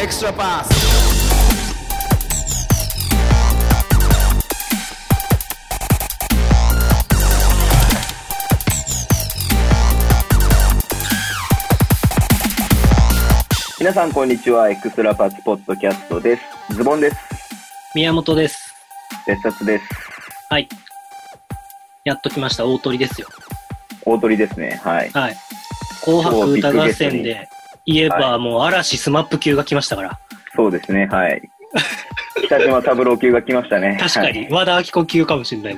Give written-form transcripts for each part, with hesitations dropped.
Extra pass. 皆さんこんにちは。エクストラパスポッドキャストです。ズボンです。 宮本です。 別冊です。 はい。やっと来ました。大鳥ですよ。 大鳥ですね。はい。 はい。紅白歌合戦で言えばもう嵐スマップ級が来ましたから。 そうですね。はい。北島三郎級が来ましたね。 確かに、和田アキ子級かもしれないです。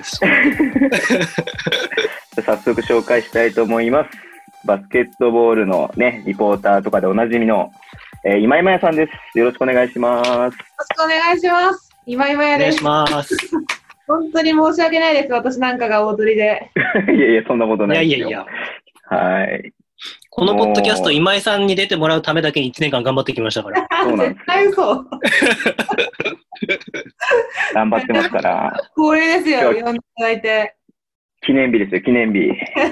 早速紹介したいと思います。バスケットボールのね、リポーターとかでおなじみの、今井麻也さんです。よろしくお願いします。 よろしくお願いします。今井麻也です。 お願いします。 本当に申し訳ないです。私なんかが大鳥で。 いやいや、そんなことないですよ。 いや。 はい。 このポッドキャスト、今井さんに出てもらうためだけに1年間頑張ってきましたから。 そうなんです。 絶対嘘。 頑張ってますから。 光栄ですよ、呼んでいただいて。 記念日ですよ、記念日。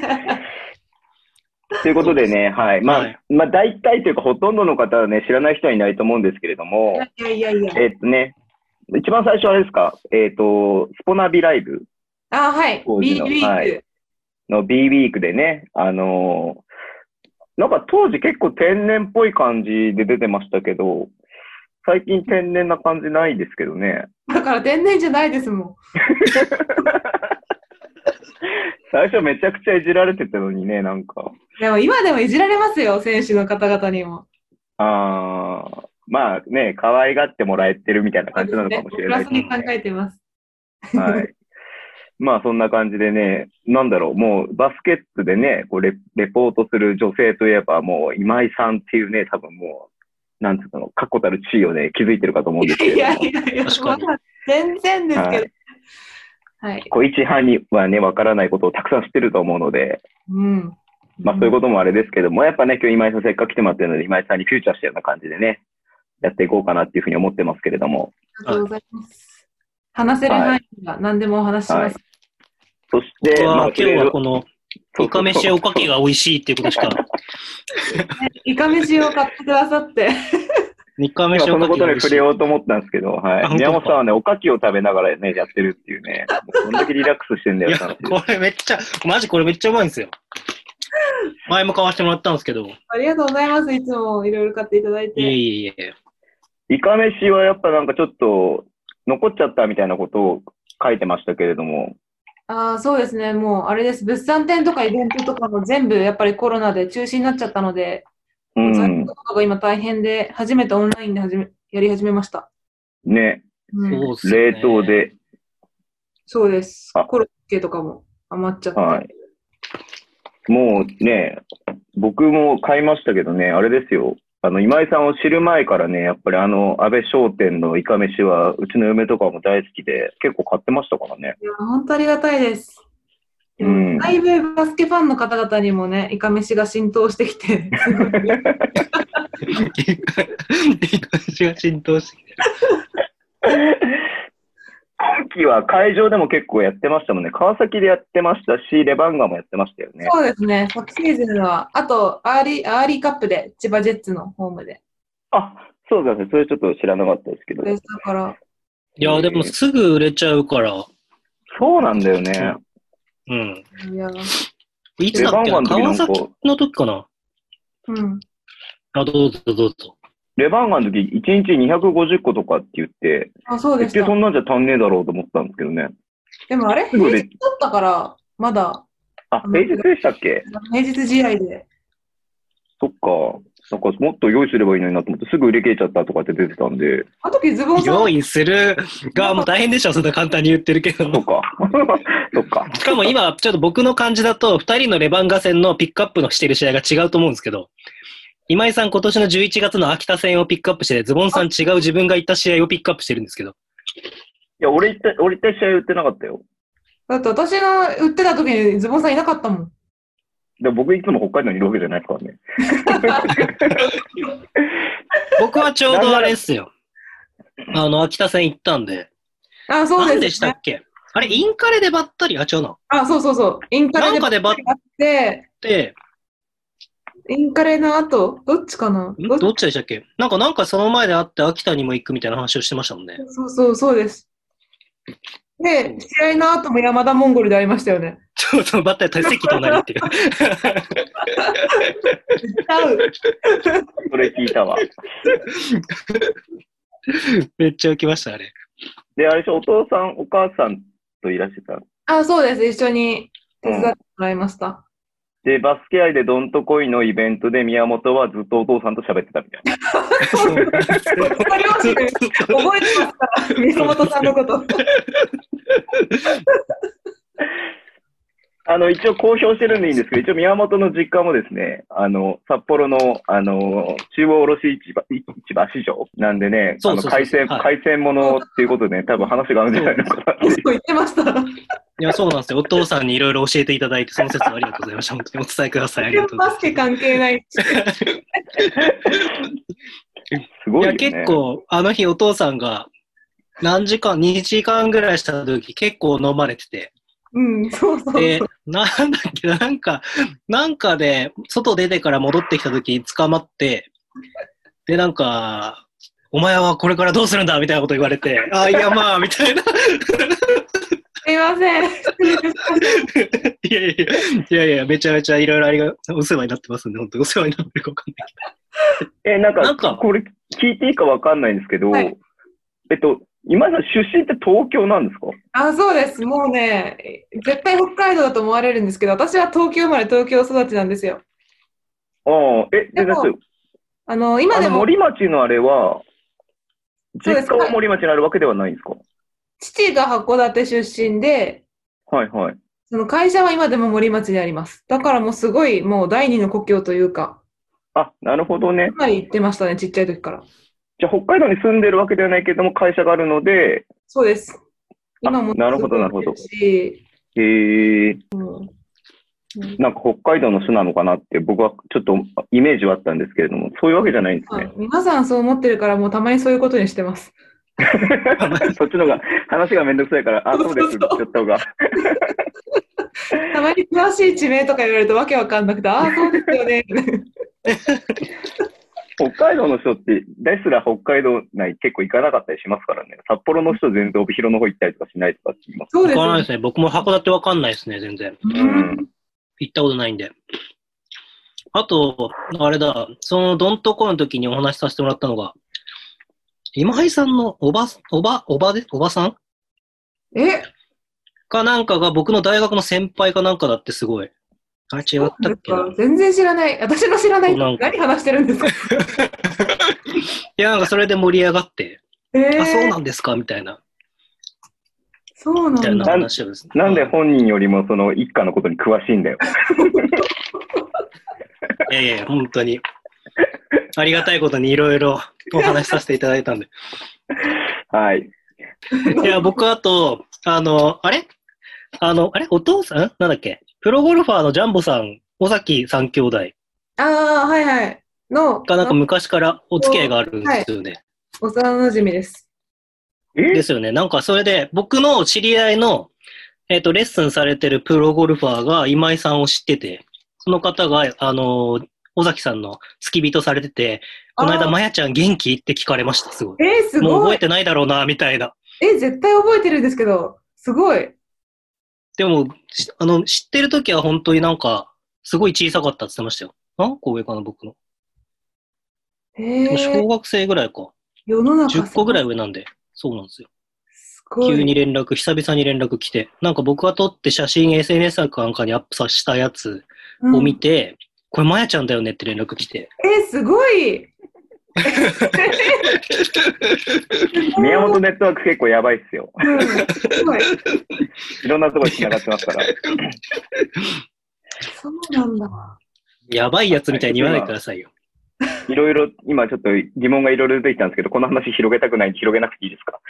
ということでね、はい。まあ、大体というか、ほとんどの方はね、知らない人はいないと思うんですけれども、 いや。 ね、一番最初あれですか、スポナビライブ。 あ、はい。B ウィーク。 はい、の B ウィークでね、なんか当時結構天然っぽい感じで出てましたけど、最近天然な感じないですけどね。 だから天然じゃないですもん。 最初めちゃくちゃいじられてたのにね、なんか。 でも今でもいじられますよ、選手の方々にも。 まあね、可愛がってもらえてるみたいな感じなのかもしれないですね。 プラスに考えてます。 はい。まあそんな感じでね、なんだろう、もうバスケットでね、こうレポートする女性といえばもう今井さんっていうね、多分もう、なんつうの、確固たる地位をね、築いてるかと思うんですけど。 いや、全然ですけど。はい。 こう一派にはね、わからないことをたくさん知ってると思うので、まあそういうこともあれですけども、やっぱね、今日今井さんせっかく来てもらってるので、今井さんにフューチャーしたような感じでね、やっていこうかなっていうふうに思ってますけれども。 ありがとうございます。話せる範囲が何でもお話しします。 そして、 まあ、今日はこの、イカ飯おかきが美味しいっていうことしか。 イカ飯を買ってくださって。 イカ飯そのことに触れようと思ったんですけど、はい。宮本さんはね、おかきを食べながらね、やってるっていうね、どんだけリラックスしてんだよって話。 これめっちゃうまいんですよ。前も買わせてもらったんですけど。 ありがとうございます。いつもいろいろ買っていただいて。 いえ。 イカ飯はやっぱなんかちょっと残っちゃったみたいなことを書いてましたけれども。 そうですね。もうあれです。物産展とかイベントとかも全部やっぱりコロナで中止になっちゃったので、在庫とかが今大変で、初めてオンラインでやり始めました。 ね。 そうですね。 冷凍で。 そうです。コロッケとかも余っちゃって。はい。 もうね、僕も買いましたけどね、あれですよ。今井さんを知る前からね、やっぱり安倍商店のイカ飯は、うちの嫁とかも大好きで、結構買ってましたからね。 いや、本当ありがたいです。だいぶバスケファンの方々にもね、イカ飯が浸透してきて。 イカ飯が浸透してきて。 今季は会場でも結構やってましたもんね。川崎でやってましたし、レバンガもやってましたよね。 そうですね。昨シーズンは、あとアーリーカップで、千葉ジェッツのホームで。 そうですね。それちょっと知らなかったですけど。 だから。 いや、でもすぐ売れちゃうから。 そうなんだよね。 いつだっけな、川崎の時かな。どうぞ。 レバンガの時、1日250個とかって言って、 そうでした。 そんなんじゃ足んねえだろうと思ったんですけどね。 でもあれ平日だったから、まだ。 平日でしたっけ？ 平日試合で。 そっか。なんかもっと用意すればいいのになと思って、すぐ売り切れちゃったとかって出てたんで。 あの時ズボンさん。 用意する側も大変でしょ、そんな簡単に言ってるけど。 そっか。そっか。 しかも今、ちょっと僕の感じだと、2人のレバンガ戦のピックアップのしてる試合が違うと思うんですけど、今井さん今年の11月の秋田戦をピックアップして、ズボンさん違う自分が行った試合をピックアップしてるんですけど。 いや、俺行った試合売ってなかったよ。 だって私が売ってた時にズボンさんいなかったもん。 で僕いつも北海道にいるわけじゃないですからね。 僕はちょうどあれですよ。秋田戦行ったんで。 そうですね。 何でしたっけ？あれ、インカレでばったり、違うな。 そう。インカレでばったり会って、 インカレの後どっちかなどっちでしたっけ？なんかその前で会って秋田にも行くみたいな話をしてましたもんね。 そうです。で、試合の後も山田モンゴルでありましたよね。 そう、バッター席隣っていう。 それ聞いたわ。 めっちゃ浮きました、あれ。 で、あれでしょ、お父さん、お母さんといらっしゃった？ そうです。一緒に手伝ってもらいました。 で、バスケ愛でどんとこいのイベントで宮本はずっとお父さんと喋ってたみたいな。 覚えてますから、宮本さんのこと。 一応公表してるんでいいんですけど、一応宮本の実家もですね、札幌の、中央卸市場市場なんでね、海鮮物っていうことで、ね、多分話があるんじゃないのかなっていう。 そう言ってました。 いや、そうなんですよ。お父さんにいろいろ教えていただいて、その説はありがとうございました。本当にお伝えください。ありがとうございます。 バスケ関係ない。 すごいよね。 いや、結構、あの日お父さんが2時間ぐらいした時、結構飲まれてて。 そう。 で、なんだっけ、なんかで、外出てから戻ってきた時に捕まって、で、お前はこれからどうするんだみたいなこと言われて、いやまあ、みたいな。 すいません。 いや、めちゃめちゃいろいろお世話になってますんで、本当にお世話になってるかわかんないけど。 これ聞いていいかわかんないんですけど、 はい、 今田さん出身って東京なんですか？ そうです。もうね、絶対北海道だと思われるんですけど、私は東京生まれ東京育ちなんですよ。 でも、 今でも。 森町のあれは、実家は森町にあるわけではないんですか？ 父が函館出身で、 はいはい。 その会社は今でも森町にあります。だからもうすごい、もう第二の故郷というか。 なるほどね。 かなり行ってましたね、ちっちゃい時から。 じゃあ北海道に住んでるわけではないけれども、会社があるので。 そうです。今もなるほど、なるほど。なんか北海道の人なのかなって僕はちょっとイメージはあったんですけれども、そういうわけじゃないんですね。 皆さんそう思ってるから、もうたまにそういうことにしてます。 そっちのが、話がめんどくさいから、そうですって言った方が。 たまに詳しい地名とか言われるとわけわかんなくて、そうですよね。 北海道の人ってですら北海道内結構行かなかったりしますからね。札幌の人全然帯広の方行ったりとかしないとかって言います。 そうですね。行かないですね。僕も函館わかんないですね、全然。行ったことないんで。あと、あれだ、そのどんとこの時にお話しさせてもらったのが、今井さんのおばさんかなんかが僕の大学の先輩かなんかだってすごい。違ったっけな。 全然知らない。私の知らない何話してるんですか？いや、それで盛り上がって、そうなんですかみたいな。 そうなんだ。 みたいな話をですね。 なんで本人よりもその一家のことに詳しいんだよ。 いや、本当に。ありがたいことにいろいろお話しさせていただいたんで。 はい。 いや、僕あと、あれお父さんなんだっけプロゴルファーのジャンボさん、尾崎三兄弟。 はいはい。 がなんか昔からお付き合いがあるんですよね。 幼馴染です。 ですよね。なんかそれで、僕の知り合いの、レッスンされてるプロゴルファーが今井さんを知ってて、その方が、尾崎さんの付き人されてて、この間、まやちゃん元気って聞かれました、すごい。 すごい。 もう覚えてないだろうな、みたいな。 絶対覚えてるんですけど、すごい。 でも、知ってるときは本当になんか、すごい小さかったって言ってましたよ。何個上かな、僕の。小学生ぐらいか。 世の中 10個ぐらい上なんで。そうなんですよ。 すごい。 急に久々に連絡来て、なんか僕が撮って写真 SNS かなんかにアップさせたやつを見て、これまやちゃんだよねって連絡来て。 すごい。 宮本ネットワーク結構やばいっすよ。いろんなところに繋がってますから。 そうなんだ。 やばいやつみたいに言わないでくださいよ。 いろいろ、今ちょっと疑問がいろいろ出てきたんですけど、この話広げたくないんで広げなくていいですか？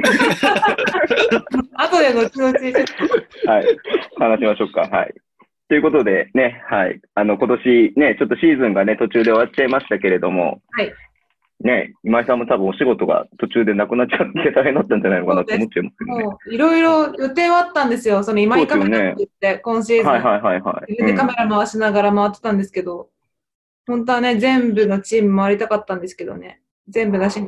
後で後々。 はい。話しましょうか。はい。ということでね、はい。今年ね、ちょっとシーズンがね、途中で終わっちゃいましたけれども、 はい。 ね、今井さんも多分お仕事が途中でなくなっちゃって大変だったんじゃないのかなと思っちゃいますけどね。 いろいろ予定はあったんですよ。その今井カメラって言って、今シーズン。 はい。 自分でカメラ回しながら回ってたんですけど、 本当はね、全部のチーム回りたかったんですけどね。全部なしに。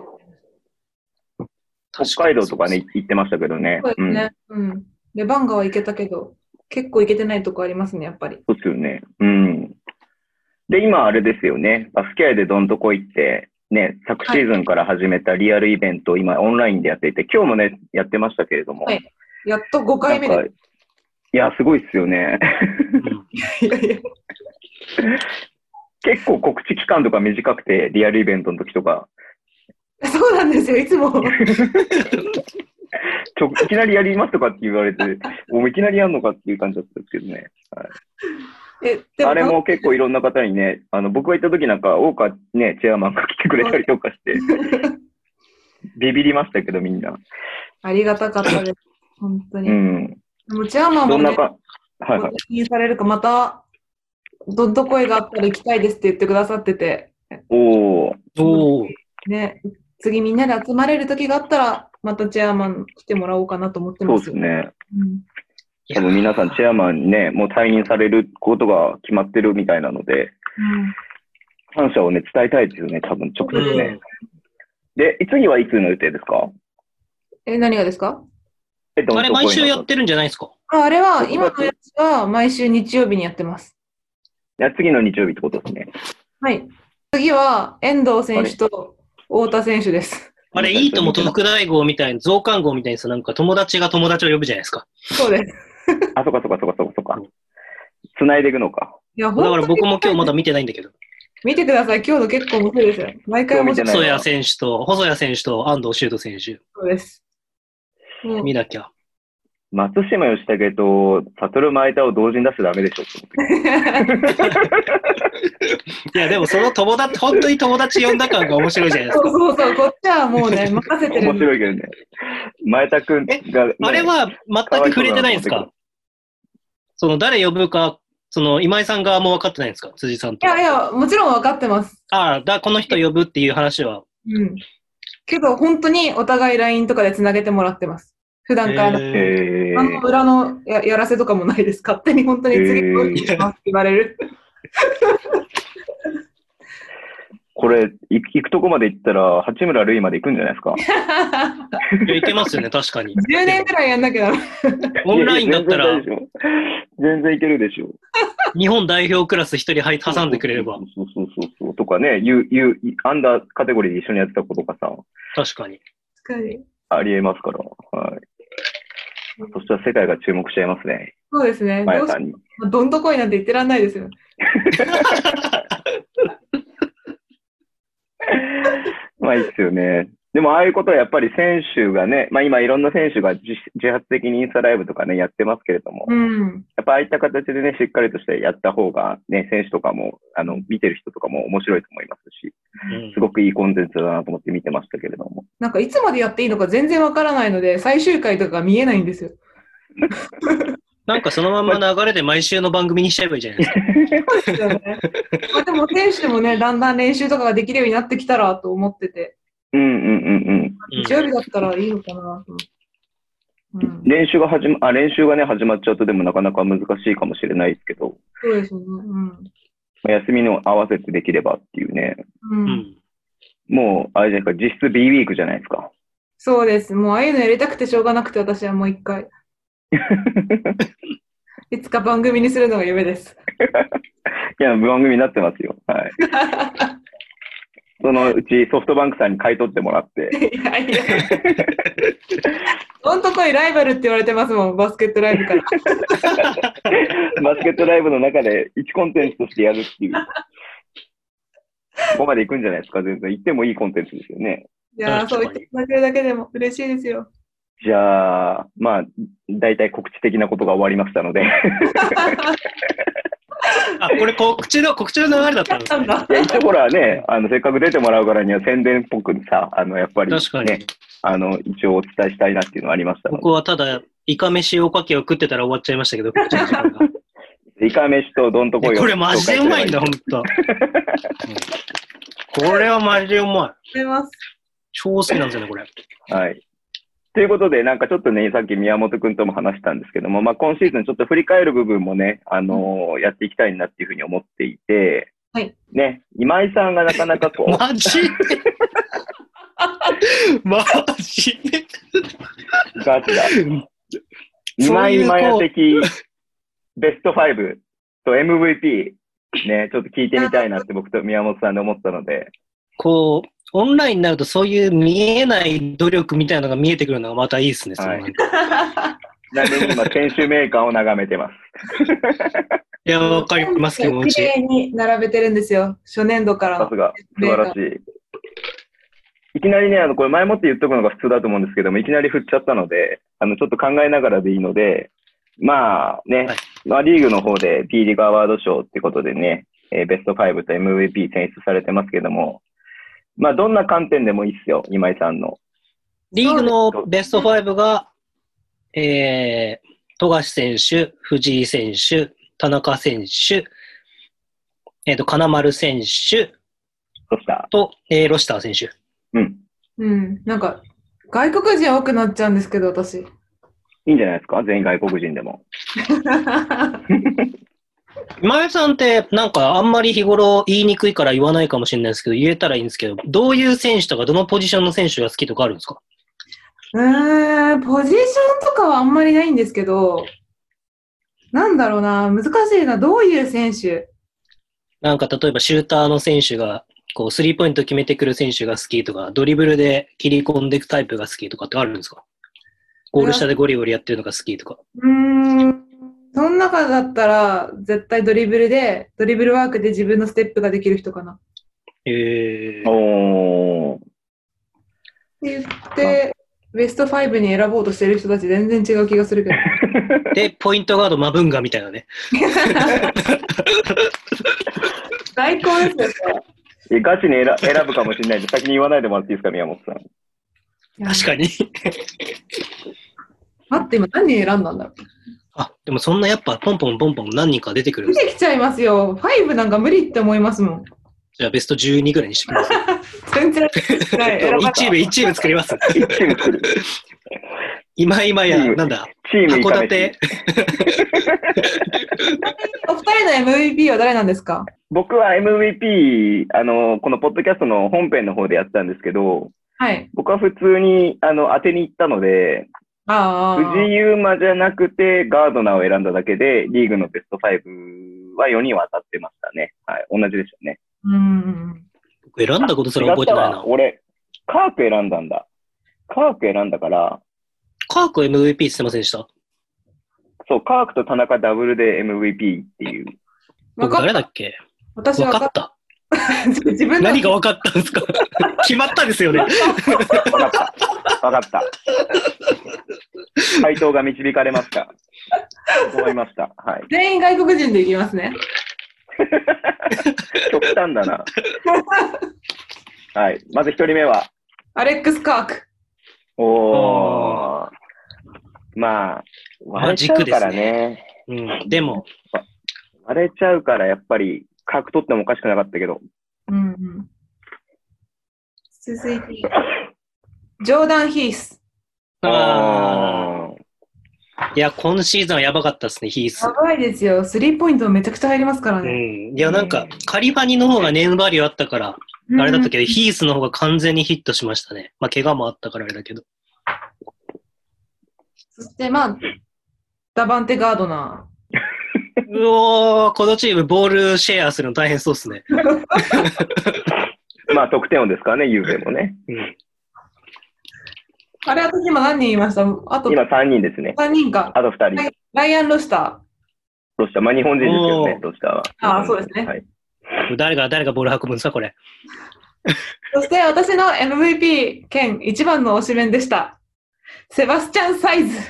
北海道とかね、行ってましたけどね。 そうですね。うん。レバンガは行けたけど、結構行けてないとこありますね、やっぱり。 そうですよね。うん。で、今あれですよね。バスケアでどんとこ行って、ね、昨シーズンから始めたリアルイベントを今オンラインでやっていて、今日もね、やってましたけれども。 はい。やっと5回目で。 いや、すごいっすよね。 いやいや。 結構告知期間とか短くて、リアルイベントの時とか。 そうなんですよ、いつも。 いきなりやりますとかって言われて、もういきなりやるのかっていう感じだったんですけどね。はい、 でもあれも結構いろんな方にね、僕が行った時なんか、大川ね、チェアマンが来てくれたりとかして、ビビりましたけど、みんな。 ありがたかったです。本当に。 うん。 でもチェアマンもね、 はいはい。 気にされるか、また、どんと声があったら行きたいですって言ってくださってて。 おー。 ね、次みんなで集まれる時があったら、またチェアマン来てもらおうかなと思ってます。 そうですね。 うん、 多分皆さんチェアマンにね、もう退任されることが決まってるみたいなので、感謝をね、伝えたいですよね、多分直接ね。で、次はいつの予定ですか？ 何がですか？ あれ、毎週やってるんじゃないですか？ あれは、今のやつは毎週日曜日にやってます。 いや、次の日曜日ってことですね。 はい。次は、遠藤選手と太田選手です。 あれ、いいとも特大号みたいな、増刊号みたいにさ、なんか友達が友達を呼ぶじゃないですか。 そうです。 あ、そっか。繋いでいくのか。 いや、 だから僕も今日まだ見てないんだけど。 見てください。今日の結構面白いですよ。毎回面白い。 細谷選手と安藤修斗選手。 そうです。 見なきゃ。 松島義武と悟前田を同時に出しちゃダメでしょいや、でもその友達、本当に友達呼んだ感が面白いじゃないですか。 そう、こっちはもうね、任せてる。 面白いけどね。前田くんが、 あれは全く触れてないんですか？その誰呼ぶか、その今井さん側も分かってないんですか？辻さんと。 いや、もちろん分かってます。 この人呼ぶっていう話は。 うん。けど、本当にお互い LINE とかで繋げてもらってます。普段から。裏のやらせとかもないです。勝手に本当に次どうしますって言われる。 これ、行くとこまで行ったら、八村塁まで行くんじゃないですか？ いけますよね、確かに。 10年くらいやんなきゃ。 オンラインだったら、 全然いけるでしょ。 日本代表クラス一人挟んでくれれば。 そう。とかね、アンダーカテゴリーで一緒にやってた子とかさ。 確かに。 ありえますから。はい。そしたら世界が注目しちゃいますね。 そうですね。 前さんに。 どんとこいなんて言ってらんないですよ。 まあいいっすよね。でもああいうことはやっぱり選手がね、まあ今いろんな選手が自発的にインスタライブとかね、やってますけれども、やっぱああいった形でね、しっかりとしてやった方がね、選手とかも、見てる人とかも面白いと思いますし、すごくいいコンテンツだなと思って見てましたけれども。 なんかいつまでやっていいのか全然わからないので、最終回とか見えないんですよ。 なんかそのまんま流れで毎週の番組にしちゃえばいいじゃないですか。 そうですよね。でも選手でもね、だんだん練習とかができるようになってきたらと思ってて。日曜日だったらいいのかなと。 練習がね、始まっちゃうとでもなかなか難しいかもしれないですけど。 そうですよね。 休みの合わせてできればっていうね。もう、あれじゃないですか、実質 B ウィークじゃないですか。 そうです。もうああいうのやりたくてしょうがなくて、私はもう一回。いつか番組にするのが夢です。 いや、番組になってますよ。はい。そのうちソフトバンクさんに買い取ってもらって。 いや。ほんとこいライバルって言われてますもん、バスケットライブから。 バスケットライブの中で1コンテンツとしてやるっていう。ここまで行くんじゃないですか、全然。行ってもいいコンテンツですよね。 いやそう言っていただけるだけでも嬉しいですよ。 じゃあ、まあ、大体告知的なことが終わりましたので。 これ告知の流れだったんですね。 一応ほらね、せっかく出てもらうからには宣伝っぽくさ、やっぱりね、一応お伝えしたいなっていうのはありました。 僕はただ、イカ飯おかけを食ってたら終わっちゃいましたけど、告知の時間が。 イカ飯とどんとこいを。 これマジでうまいんだ、ほんと。これはマジでうまい。超好きなんですよね、これ。 はい。ということで、なんかちょっとね、さっき宮本くんとも話したんですけども、まあ今シーズンちょっと振り返る部分もね、やっていきたいなっていうふうに思っていて、 はい。 ね、今井さんがなかなかこう。 マジでマジでガチだ。今井マヤ的ベスト5と MVP、ね、ちょっと聞いてみたいなって僕と宮本さんで思ったので。 こう、オンラインになるとそういう見えない努力みたいなのが見えてくるのがまたいいですね。 はい、 そのなんで今、選手名鑑を眺めてます。 いや、わかりますけど、 綺麗に並べてるんですよ。初年度からの。 さすが、素晴らしい。いきなりね、これ前もって言っとくのが普通だと思うんですけども、いきなり振っちゃったので、ちょっと考えながらでいいので、まあね、 はい、 まあ、リーグの方で P リーグアワード賞ってことでね、ベスト5と MVP 選出されてますけども、まあどんな観点でもいいっすよ、今井さんの。 リーグのベスト5が、富樫選手、藤井選手、田中選手、金丸選手と、ロシター選手。 うん。 うん。なんか、外国人多くなっちゃうんですけど、私。 いいんじゃないですか、全員外国人でも。 今井さんって、なんかあんまり日頃言いにくいから言わないかもしれないですけど、言えたらいいんですけど、どういう選手とか、どのポジションの選手が好きとかあるんですか？ ポジションとかはあんまりないんですけど、なんだろうな、難しいな、どういう選手？ なんか例えばシューターの選手が、こう、スリーポイント決めてくる選手が好きとか、ドリブルで切り込んでいくタイプが好きとかってあるんですか？ゴール下でゴリゴリやってるのが好きとか。 その中だったら、絶対ドリブルワークで自分のステップができる人かな。 おー。って言って、ベスト5に選ぼうとしてる人たち全然違う気がするけど。 で、ポイントガードマブンガみたいなね。 最高ですよ、 ガチに選ぶかもしれないんで、先に言わないでもらっていいですか、宮本さん。 確かに。 待って、今何人選んだんだろう。 あ、でもそんなやっぱポンポン何人か出てくるんですか？ 出てきちゃいますよ。5なんか無理って思いますもん。 じゃあベスト12ぐらいにしてきます。 全然 1チーム作ります。 1チーム作る。 今や、なんだ、函館。 お二人の MVP は誰なんですか？ 僕は MVP、このポッドキャストの本編の方でやったんですけど、 はい。 僕は普通に、当てに行ったので、藤井優馬じゃなくてガードナーを選んだだけで、リーグのベスト5は4人は当たってましたね。はい。同じでしたね。 僕選んだことすら覚えてないな。 俺、カーク選んだんだ。カーク選んだから。 カーク MVP って言ってませんでした？ そう、カークと田中ダブルで MVP っていう。 僕誰だっけ？ 私分かった。 自分何が分かったんですか？決まったですよね。 分かった。回答が導かれました。思いました。はい。 全員外国人でいきますね。 極端だな。はい。まず一人目はアレックス・カーク。 おー。まあ、割れちゃうからね。 でも。 割れちゃうからやっぱり、カーク取ってもおかしくなかったけど。 続いて、ジョーダン・ヒース。 いや、今シーズンはやばかったですね、ヒース。 やばいですよ。スリーポイントめちゃくちゃ入りますからね。 いや、なんか、カリファニの方がネームバリューあったから、あれだったけど、ヒースの方が完全にヒットしましたね。まあ、怪我もあったからあれだけど。 そして、まあ、ダバンテ・ガードナー。 うおー、このチームボールシェアするの大変そうですね。 まあ、得点王ですからね、ゆうべもね。 あれ、私今何人いました？あと今3人ですね。 3人か。 あと2人。 ライアン・ロシター。まあ、日本人ですよね、ロシターは。 ああ、そうですね。 はい、 誰がボール運ぶんですか、これ。 そして、私の MVP 兼一番の推しメンでした。セバスチャン・サイズ。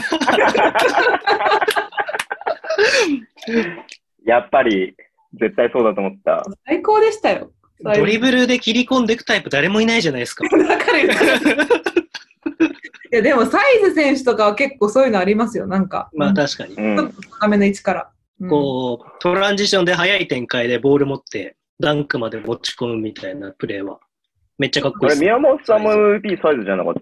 やっぱり、絶対そうだと思った。 最高でしたよ。 ドリブルで切り込んでいくタイプ誰もいないじゃないですか。 わかる。いや、でもサイズ選手とかは結構そういうのありますよ、なんか。 まあ確かに。 ちょっと高めの位置から。 こう、トランジションで速い展開でボール持って、ダンクまで持ち込むみたいなプレーは、めっちゃかっこいいです。 これ、宮本さんも MVP サイズじゃなかった？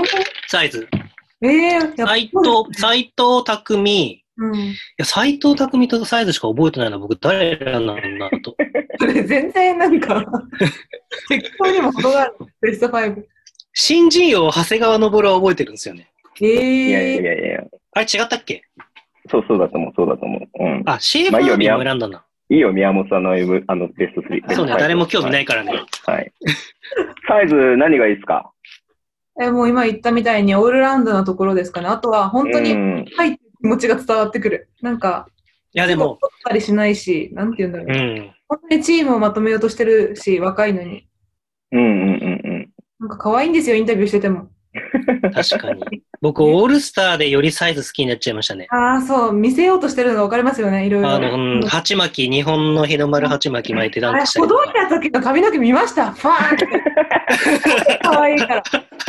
本当？ サイズ。 斎藤匠、 うん。 いや、斎藤匠とサイズしか覚えてないのは僕誰らなんだと。 これ全然なんか、適当にも程がある。ベスト5。 新人王長谷川昇は覚えてるんですよね。 いやいやいえやいや。 あれ違ったっけ？ そうだと思う、そうだと思う。うん。 あ、シェーファービーも選んだな。 いいよ、宮本さんのベスト3。 そうね、誰も興味ないからね。 はい。サイズ何がいいですか？ もう今言ったみたいにオールラウンドなところですかね。あとは本当に入って気持ちが伝わってくる。なんか、 いやでも、 取ったりしないし、なんて言うんだろう。 うん。 本当にチームをまとめようとしてるし、若いのに。なんか可愛いんですよ、インタビューしてても。 確かに。僕、オールスターでよりサイズ好きになっちゃいましたね。 ああ、そう、見せようとしてるのが分かりますよね、いろいろ。 鉢巻き、日本の日の丸鉢巻き巻いてダンクしたりとか。 ほどいた時の髪の毛見ました。ファーンって。可愛いから。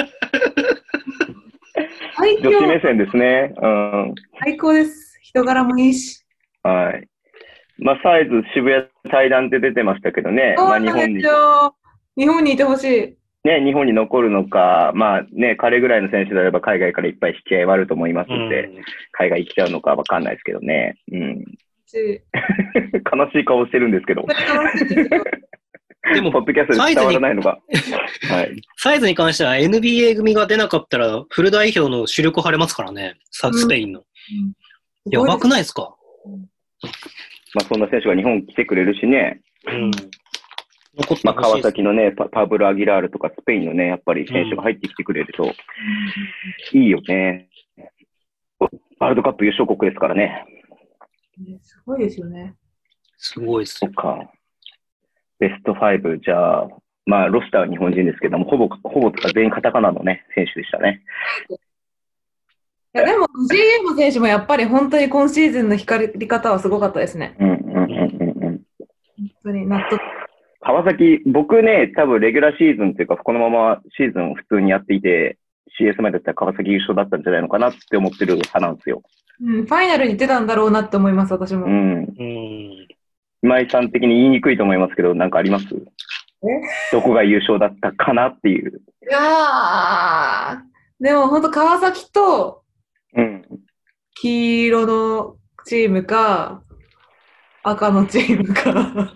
女子目線ですね。うん。 最高です。人柄もいいし。 はい。まあ、サイズ、渋谷対談って出てましたけどね。まあ、日本にいてほしい。 ね、日本に残るのか、まあね、彼ぐらいの選手であれば海外からいっぱい引き合いはあると思いますので、海外行っちゃうのかわかんないですけどね。うん。悲しい顔してるんですけど。でも、ポッドキャストで伝わらないのが。はい。 サイズに関しては NBA 組が出なかったらフル代表の主力張れますからね。スペインの。やばくないですか？ まあ、そんな選手が日本来てくれるしね。 うん。 まあ、川崎のね、パブロ・アギラールとかスペインのね、やっぱり選手が入ってきてくれると、いいよね。ワールドカップ優勝国ですからね。 すごいですよね。 すごいです。 そっか。ベスト5、じゃあ、まあ、ロスターは日本人ですけども、ほぼとか全員カタカナのね、選手でしたね。 いやでも、GM の選手もやっぱり本当に今シーズンの光り方はすごかったですね。本当に納得。 川崎、僕ね、多分レギュラーシーズンっていうか、このままシーズンを普通にやっていて、CS までだったら川崎優勝だったんじゃないのかなって思ってる派なんですよ。 うん、ファイナルに出たんだろうなって思います、私も。 今井さん的に言いにくいと思いますけど、なんかあります？どこが優勝だったかなっていう。 いやー、でも本当川崎と、黄色のチームか、赤のチームか。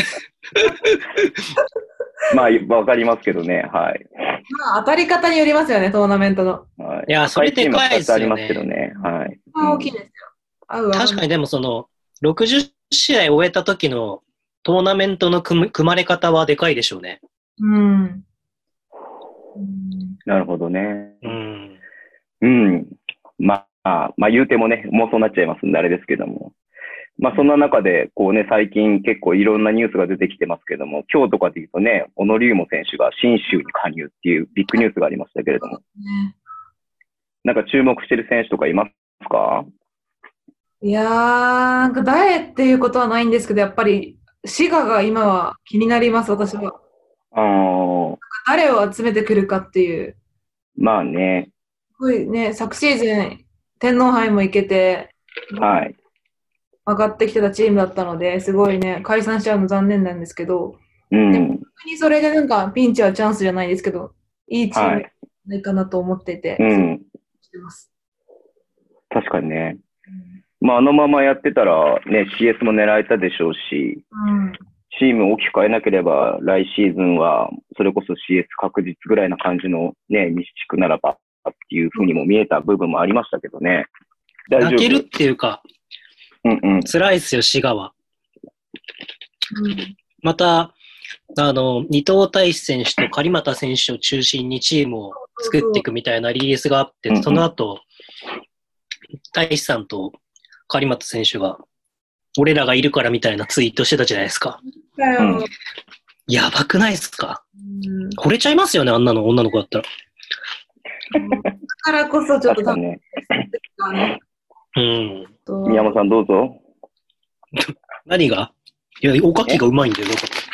まあ、わかりますけどね、はい。 まあ、当たり方によりますよね、トーナメントの。 はい、いや、それでかいですよね。 ありますけどね、はい。 大きいですよ。 確かにでも60試合終えた時のトーナメントの組まれ方はでかいでしょうね。 なるほどね。まあ、言うてもね、もうそうなっちゃいますんで、あれですけども。まあそんな中で、こうね、最近結構いろんなニュースが出てきてますけども、今日とかで言うとね、小野龍馬選手が新州に加入っていうビッグニュースがありましたけれども、なんか注目してる選手とかいますか？ いやー、なんか誰っていうことはないんですけど、やっぱり滋賀が今は気になります、私は。誰を集めてくるかっていう。 まあね。 すごいね、昨シーズン天皇杯も行けて、 はい。 上がってきてたチームだったので、すごいね、解散しちゃうの残念なんですけど、でも本当にそれでなんかピンチはチャンスじゃないですけど、いいチームないかなと思っていて、してます。 確かにね。まあ、あのままやってたらね、CS も狙えたでしょうし、チームを大きく変えなければ、来シーズンは、それこそ CS 確実ぐらいな感じのね、西地区ならばっていうふうにも見えた部分もありましたけどね。 泣けるっていうか、辛いですよ、滋賀は。また、二藤大志選手と狩俣選手を中心にチームを作っていくみたいなリリースがあって、その後、大志さんと狩俣選手が、俺らがいるからみたいなツイートしてたじゃないですか。やばくないですか？惚れちゃいますよね、あんなの女の子だったら。 だからこそちょっとね。 宮本さんどうぞ。 何が？いや、おかきがうまいんだよ。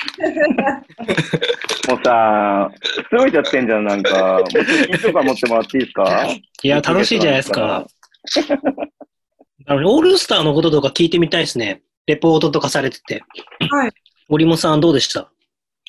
もうさ、すごいちゃってんじゃん、なんか。もう金とか持ってもらっていいですか？ いや、楽しいじゃないですか。オールスターのこととか聞いてみたいですね。レポートとかされてて。 はい。 織茂さんどうでした？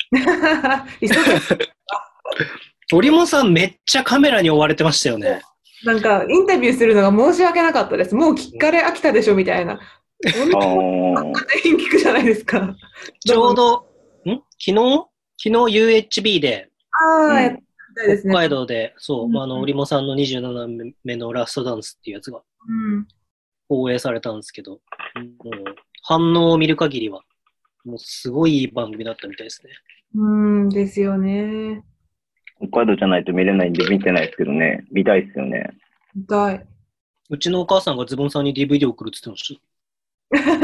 織茂さんめっちゃカメラに追われてましたよね。 なんか、インタビューするのが申し訳なかったです。もう聞かれ飽きたでしょみたいな。全員聞くじゃないですか。 ちょうど、昨日 UHB で、北海道で、そう、織茂さんの27目のラストダンスっていうやつが、放映されたんですけど、もう反応を見る限りは、もうすごいいい番組だったみたいですね。 ですよね。 北海道じゃないと見れないんで見てないですけどね。見たいですよね。 見たい。 うちのお母さんがズボンさんに DVD 送るって言ってました。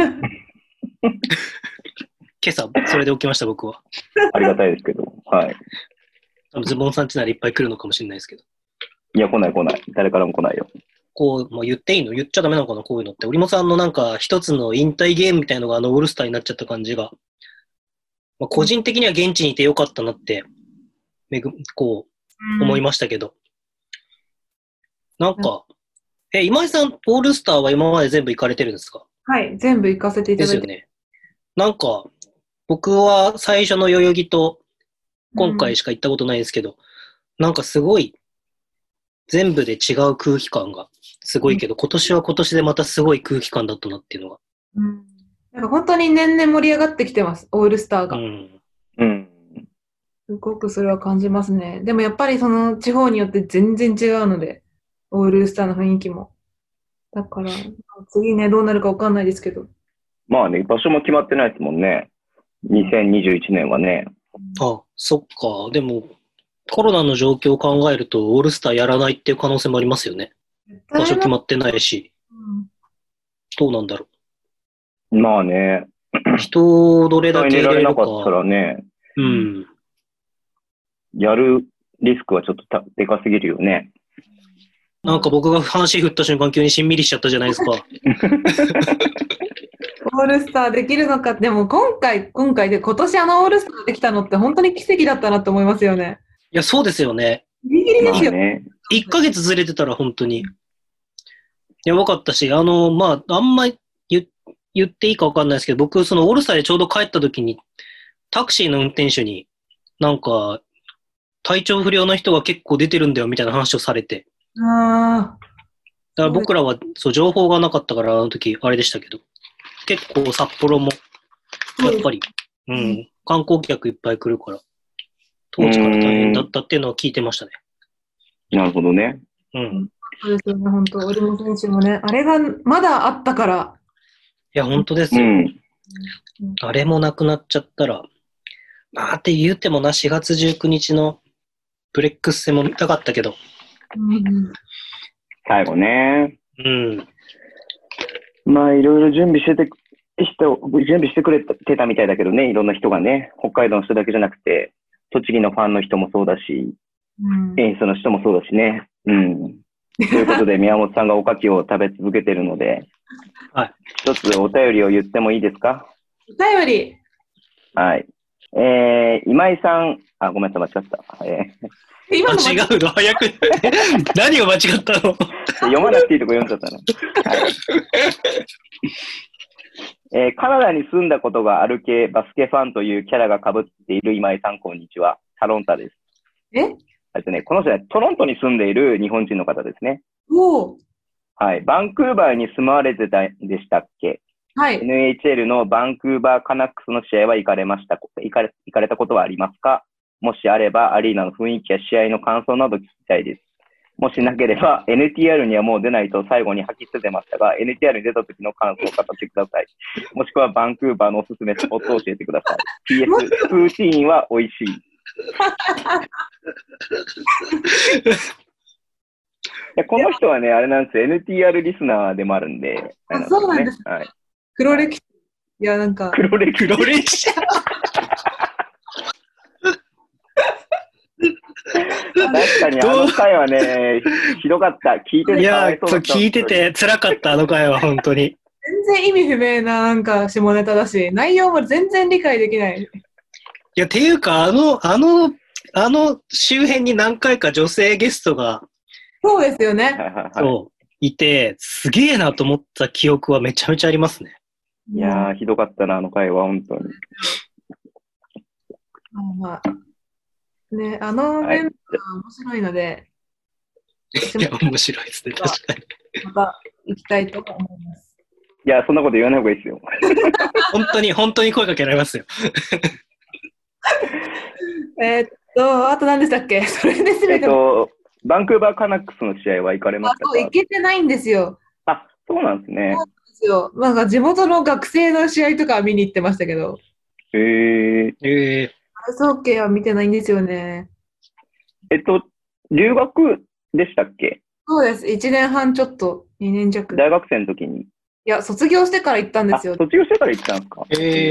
今朝、それで起きました、僕は。 ありがたいですけど、はい。 ズボンさんちならいっぱい来るのかもしれないですけど。 いや、来ない。誰からも来ないよ。 こう、言っていいの？言っちゃダメなのかな、こういうのって。織茂さんのなんか、一つの引退ゲームみたいのがオールスターになっちゃった感じが、個人的には現地にいてよかったなって、思いましたけど。なんか、今井さん、オールスターは今まで全部行かれてるんですか？ はい、全部行かせていただいて。 ですよね。なんか、僕は最初の代々木と、今回しか行ったことないんですけど、なんかすごい、全部で違う空気感がすごいけど、今年は今年でまたすごい空気感だったなっていうのが。 なんか本当に年々盛り上がってきてます、オールスターが。すごくそれは感じますね。でもやっぱりその地方によって全然違うので、オールスターの雰囲気も。だから、次ね、どうなるかわかんないですけど。 まあね、場所も決まってないですもんね。2021年はね。 あ、そっか。でも、コロナの状況を考えると、オールスターやらないっていう可能性もありますよね。場所決まってないし。どうなんだろう。まあね。 人どれだけ入れるか。 なかったらね。やるリスクはちょっとでかすぎるよね。 なんか僕が話振った瞬間急にしんみりしちゃったじゃないですか。 オールスターできるのか。でも今回で今年オールスターできたのって本当に奇跡だったなと思いますよね。 いや、そうですよね。 ギリギリですよ。 ね、 1ヶ月ずれてたら本当にやばかったし、あんま言っていいか分かんないですけど、僕、そのオールスターでちょうど帰った時に、タクシーの運転手に、なんか、体調不良の人が結構出てるんだよみたいな話をされて。だから僕らは、そう、情報がなかったから、あの時、あれでしたけど、結構札幌も、やっぱり、観光客いっぱい来るから、当時から大変だったっていうのを聞いてましたね。 なるほどね。 そうですよね、本当。織茂選手もね、あれがまだあったから。 いや、本当ですよ。あれもなくなっちゃったら、まあって言うてもな、4月19日のブレックス戦も見たかったけど。 最後ね。まあ、いろいろ準備してくれてたみたいだけどね、いろんな人がね、北海道の人だけじゃなくて、栃木のファンの人もそうだし、演出の人もそうだしね。ということで、宮本さんがおかきを食べ続けてるので、一つお便りを言ってもいいですか？ お便り。 はい。今井さん、ごめんなさい、間違った。 今の違うの早く。何を間違ったの？ 読まなくていいとこ読んじゃったの。カナダに住んだことがある系バスケファンというキャラが被っている今井さん、こんにちは。タロンタです。この人はトロントに住んでいる日本人の方ですね。はい。バンクーバーに住まわれてたんでしたっけ？ はい。 NHL のバンクーバーカナックスの試合は行かれたことはありますか？もしあれば、アリーナの雰囲気や試合の感想など聞きたいです。もしなければ、NTR にはもう出ないと最後に吐き捨ててましたが、NTR に出た時の感想を語ってください。もしくは、バンクーバーのおすすめスポットを教えてください。PS、プーチーンは美味しい。この人はね、あれなんですよ。NTR リスナーでもあるんで。 そうなんです。はい。黒歴史。いや、なんか。 黒歴史。 確かに、あの回はね、ひどかった。聞いてて、 いや、聞いてて辛かった、あの回は、本当に。 全然意味不明な、なんか、下ネタだし、内容も全然理解できない。 いや、ていうか、あの周辺に何回か女性ゲストが、 そうですよね。 そう、いて、すげえなと思った記憶はめちゃめちゃありますね。 いやー、ひどかったな、あの回は、本当に。 まあね、あのメンバー面白いので、 いや、面白いですね、確かに。 また行きたいと思います。 いや、そんなこと言わない方がいいですよ。 本当に声かけられますよ。 あと何でしたっけ？それで全て。 バンクーバーカナックスの試合は行かれましたか？ 行けてないんですよ。 あ、そうなんですね。 そうなんですよ。なんか地元の学生の試合とかは見に行ってましたけど。アイスホッケーは見てないんですよね。 留学でしたっけ？ そうです。1年半ちょっと、2年弱。 大学生の時に。 いや、卒業してから行ったんですよ。 卒業してから行ったんですか？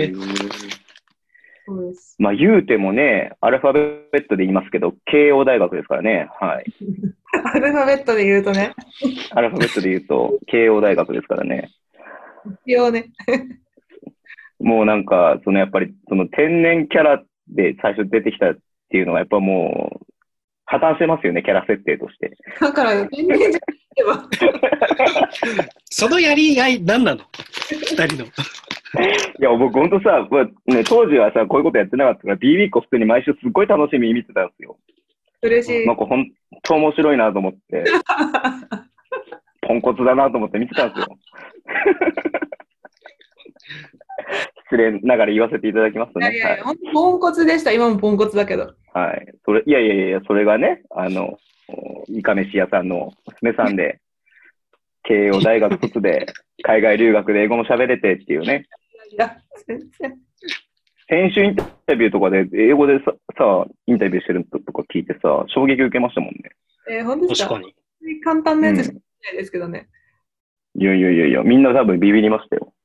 そうです。 まあ言うてもね、アルファベットで言いますけど、慶応大学ですからね。はい。 アルファベットで言うとね。 アルファベットで言うと、慶応大学ですからね。 一応ね。 もうなんか、やっぱり、天然キャラで最初出てきたっていうのは、やっぱもう、破綻してますよね、キャラ設定として。 だから、天然じゃなければ。 そのやり合い、何なの？二人の。 いや、僕ほんとさ、当時はさ、こういうことやってなかったから、B ウィークを普通に毎週すっごい楽しみに見てたんですよ。 嬉しい。 なんかほんと面白いなと思って、ポンコツだなと思って見てたんですよ。失礼ながら言わせていただきますとね。 いやいや、ポンコツでした。今もポンコツだけど。 はい。いや、それがね、いかめし屋さんの娘さんで、慶応大学卒で、海外留学で英語も喋れてっていうね。 いや、全然。 先週インタビューとかで、英語でさ、インタビューしてるとか聞いてさ、衝撃受けましたもんね。 本当ですか？ 確かに。 簡単なやつしかないですけどね。 いや、みんな多分ビビりましたよ。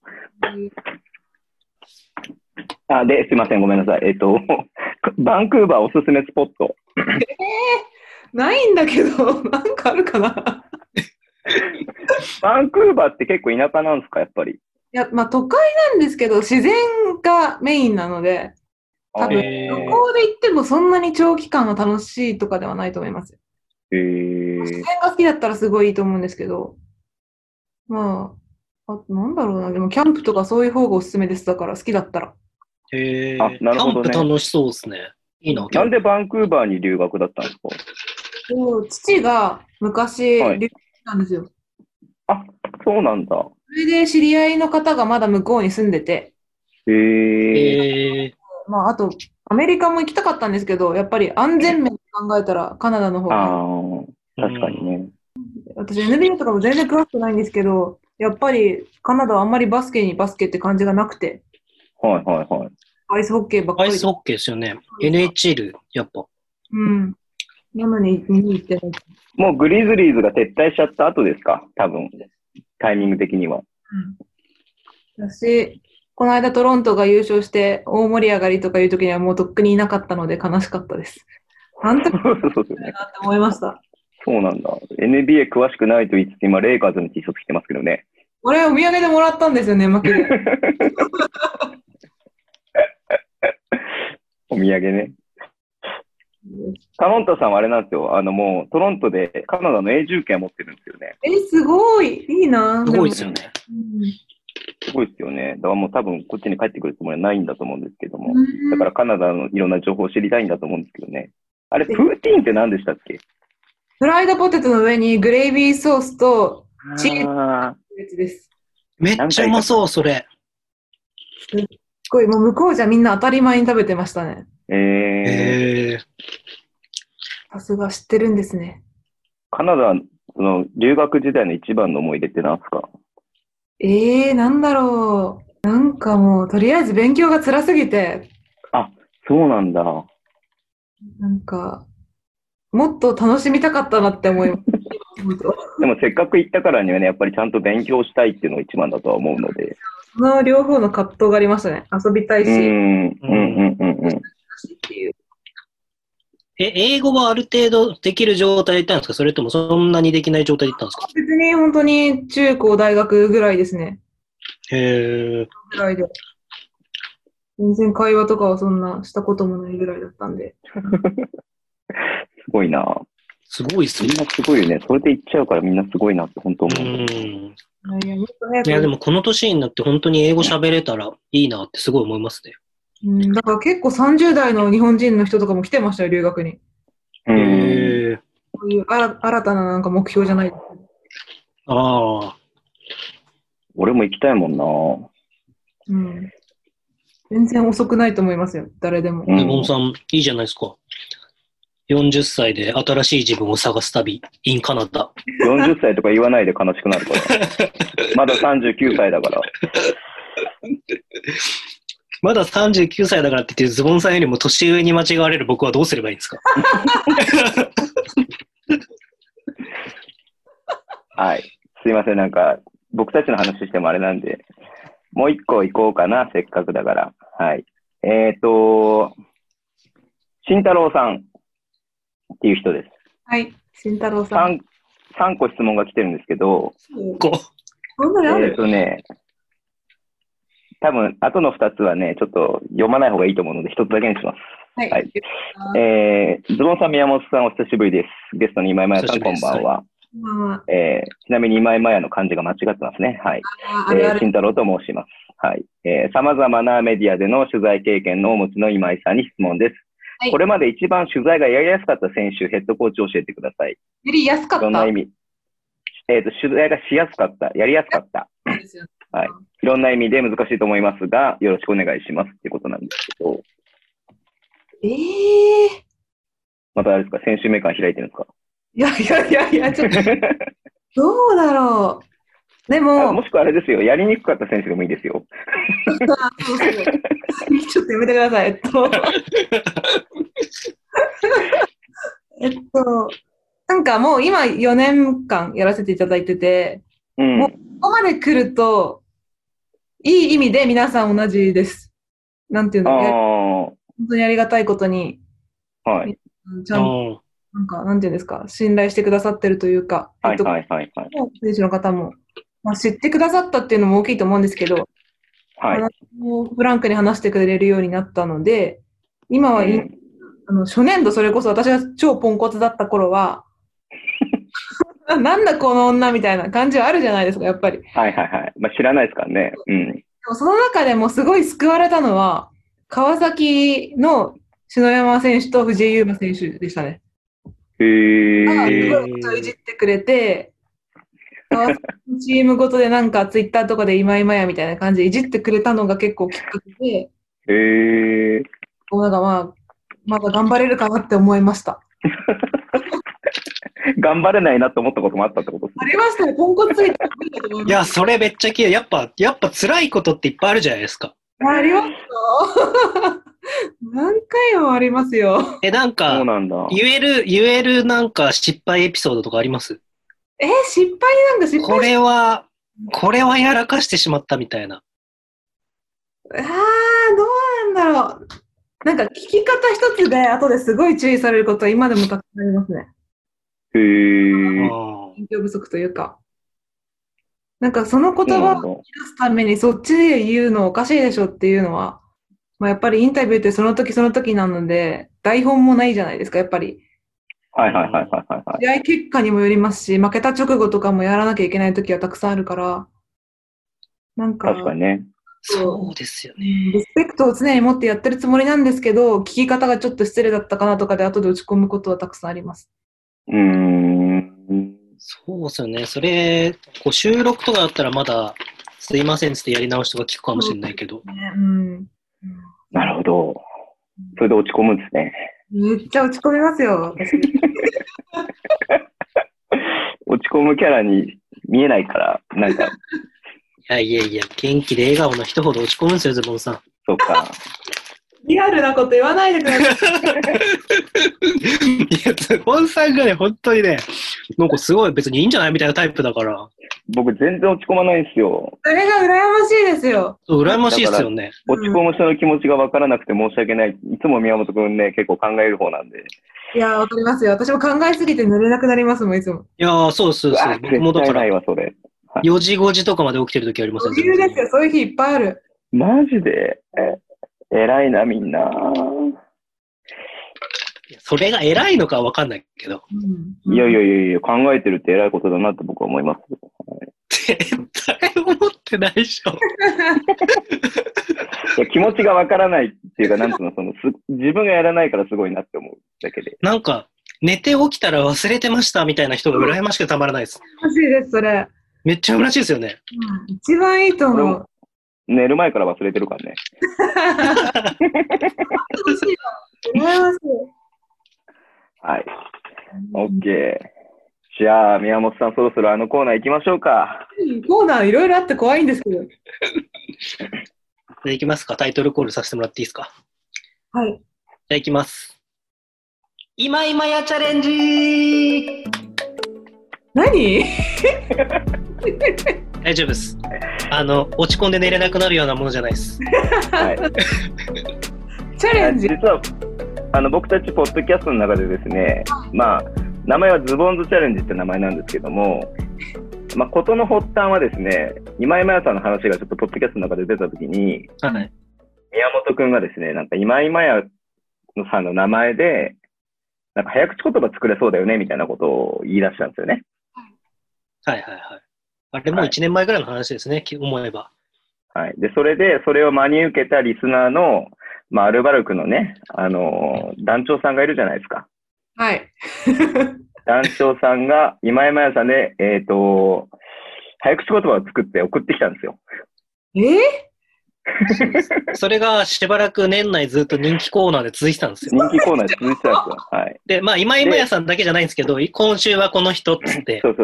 すいません、ごめんなさい。バンクーバーおすすめスポット。 ないんだけど、なんかあるかな。 バンクーバーって結構田舎なんですか、やっぱり。 いや、まあ都会なんですけど、自然がメインなので、多分、旅行で行ってもそんなに長期間が楽しいとかではないと思います。自然が好きだったらすごいいいと思うんですけど、まあ、なんだろうな、でもキャンプとかそういう方がおすすめです。だから好きだったら。 なるほどね。 キャンプ楽しそうですね。いいな。 なんでバンクーバーに留学だったんですか？ 父が昔、留学したんですよ。 あ、そうなんだ。 それで知り合いの方がまだ向こうに住んでて。まあ、あと、アメリカも行きたかったんですけど、やっぱり安全面考えたらカナダの方が。 確かにね。 私 NBA とかも全然詳しくないんですけど、やっぱりカナダはあんまりバスケって感じがなくて。 はい。 アイスホッケーばっかり。 アイスホッケーですよね。NHL、やっぱ。 なのに見に行ってない。 もうグリズリーズが撤退しちゃった後ですか？多分。タイミング的には。 私、この間トロントが優勝して大盛り上がりとかいう時にはもうとっくにいなかったので悲しかったです。なんてことだなって思いました。 そうなんだ。NBA 詳しくないと言って今レイカーズの T シャツ着てますけどね。 俺お土産でもらったんですよね、負けで。 お土産ね。トロントさんはあれなんですよ。もうトロントでカナダの永住権を持ってるんですよね。 すごいいいな。 すごいですよね。 すごいですよね。だからもう多分こっちに帰ってくるつもりはないんだと思うんですけども。だからカナダのいろんな情報を知りたいんだと思うんですけどね。あれ、プーティーンって何でしたっけ？ フライドポテトの上にグレイビーソースとチーズのやつです。 めっちゃうまそう、それ。 すっごい、もう向こうじゃみんな当たり前に食べてましたね。さすが知ってるんですね。 カナダ、留学時代の一番の思い出って何ですか？ なんだろう。なんかもう、とりあえず勉強が辛すぎて。 あ、そうなんだ。 なんか、もっと楽しみたかったなって思います。 でもせっかく行ったからにはね、やっぱりちゃんと勉強したいっていうのが一番だとは思うので。 その両方の葛藤がありましたね。遊びたいし。 英語はある程度できる状態で行ったんですか？それともそんなにできない状態で行ったんですか？ 別に本当に中高大学ぐらいですね。ぐらいで。全然会話とかはそんなしたこともないぐらいだったんで。 すごいな。 すごいっすね。 みんなすごいよね。それで行っちゃうからみんなすごいなって本当思う。 いや、でもこの年になって本当に英語喋れたらいいなってすごい思いますね。 だから結構30代の日本人の人とかも来てましたよ、留学に。 そういう新たななんか目標じゃない。 ああ。 俺も行きたいもんな。 うん。全然遅くないと思いますよ、誰でも。 ズボンさん、いいじゃないですか。40歳で新しい自分を探す旅、in カナダ。 40歳とか言わないで悲しくなるから。まだ39歳だから。 まだ39歳だからって言って、ズボンさんよりも年上に間違われる僕はどうすればいいんですか？ はい。すいません、なんか、僕たちの話してもあれなんで、もう一個行こうかな、せっかくだから。はい。慎太郎さんっていう人です。 はい、慎太郎さん。 3個質問が来てるんですけど、多分、後の2つはね、ちょっと読まない方がいいと思うので、1つだけにします。はい。はい、ズボンさん、宮本さん、お久しぶりです。ゲストに今井麻耶さん、こんばんは。ちなみに今井麻耶の漢字が間違ってますね。はい。慎太郎と申します。はい。様々なメディアでの取材経験のお持ちの今井さんに質問です。はい、これまで一番取材がやりやすかった選手、ヘッドコーチを教えてください。 やりやすかった？ いろんな意味。取材がしやすかった、やりやすかった。はい。いろんな意味で難しいと思いますが、よろしくお願いしますっていうことなんですけど。またあれですか、選手名鑑開いてるんですか？ いや、ちょっと、どうだろう。でも、 もしくはあれですよ、やりにくかった選手でもいいですよ。 ちょっとやめてください。なんかもう今4年間やらせていただいてて、もうここまで来ると、いい意味で皆さん同じです。なんていうの、本当にありがたいことに、 はい、 ちゃんと、なんていうんですか、信頼してくださってるというか、選手の方も、知ってくださったっていうのも大きいと思うんですけど、もうフランクに話してくれるようになったので、今は初年度それこそ私が超ポンコツだった頃は、なんだこの女みたいな感じはあるじゃないですか、やっぱり。 知らないですからね。 その中でもすごい救われたのは、川崎の篠山選手と藤井優馬選手でしたね。すごいことをいじってくれて、川崎のチームごとでなんかツイッターとかで今やみたいな感じでいじってくれたのが結構きっかけで、なんかまだ頑張れるかなって思いました。 頑張れないなと思ったこともあったってことですね。 ありましたね。ポンコツついていや、それめっちゃ綺麗。やっぱ辛いことっていっぱいあるじゃないですか。 ありますよ。何回もありますよ。 なんか、言えるなんか失敗エピソードとかあります？ 失敗これはやらかしてしまったみたいな。 どうなんだろう。なんか聞き方一つで後ですごい注意されることは今でもたくさんありますね。勉強不足というか。なんかその言葉を聞き出すためにそっちで言うのおかしいでしょっていうのは、やっぱりインタビューってその時その時なので、台本もないじゃないですか、やっぱり。試合結果にもよりますし、負けた直後とかもやらなきゃいけない時はたくさんあるから、なんか、 確かにね。 そうですよね。 リスペクトを常に持ってやってるつもりなんですけど、聞き方がちょっと失礼だったかなとかで後で落ち込むことはたくさんあります。 そうですよね。それ、収録とかだったらまだ、すいませんってやり直しとか聞くかもしれないけど。 なるほど。それで落ち込むんですね。 めっちゃ落ち込みますよ、私。 落ち込むキャラに見えないから、なんか。 いや、元気で笑顔の人ほど落ち込むんですよ、ズボンさん。 そうか。 リアルなこと言わないでください。 いや、ズボンさんがね、本当にね、なんかすごい別にいいんじゃないみたいなタイプだから。 僕全然落ち込まないんですよ。 それが羨ましいですよ。 そう、羨ましいですよね。 落ち込む人の気持ちが分からなくて申し訳ない。いつも宮本くんね、結構考える方なんで。 いや、わかりますよ。私も考えすぎて寝れなくなりますもん、いつも。 いや、そう。僕もだから、4時5時とかまで起きてる時ありますよ。 余裕ですよ。そういう日いっぱいある。 マジで偉いな、みんな。 それが偉いのかは分かんないけど。 いや、考えてるって偉いことだなって僕は思います。 絶対思ってないでしょ。 いや気持ちが分からないっていうか、なんつうの、自分がやらないからすごいなって思うだけで。 なんか、 寝て起きたら忘れてましたみたいな人が羨ましくてたまらないです。 欲しいです、それ。 めっちゃ羨ましいですよね。 一番いいと思う。 寝る前から忘れてるからね。 欲しいな。羨ましい。 はい。OK。じゃあ、宮本さん、そろそろあのコーナー行きましょうか。 コーナーいろいろあって怖いんですけど。 じゃあ行きますか。タイトルコールさせてもらっていいですか。 はい。 じゃあ行きます。今今やチャレンジ何大丈夫です。落ち込んで寝れなくなるようなものじゃないです。 はい。 チャレンジ。 実は、僕たちポッドキャストの中でですね、まあ、名前はズボンズチャレンジって名前なんですけども、まあ、事の発端はですね、今井麻耶さんの話がちょっとポッドキャストの中で出たときに、 はい、 宮本くんがですね、なんか今井麻耶さんの名前で、なんか早口言葉作れそうだよねみたいなことを言い出したんですよね。 はいはいはい。あれもう1年前ぐらいの話ですね、思えば。 はい。で、それを真に受けたリスナーの、まあ、アルバルクのね、団長さんがいるじゃないですか。 はい。 団長さんが、今井麻耶さんで、早口言葉を作って送ってきたんですよ。 それがしばらく年内ずっと人気コーナーで続いてたんですよ。 人気コーナーで続いてたんですよ。はい。 で、まあ、今井麻耶さんだけじゃないんですけど、今週はこの人っつって。 そう。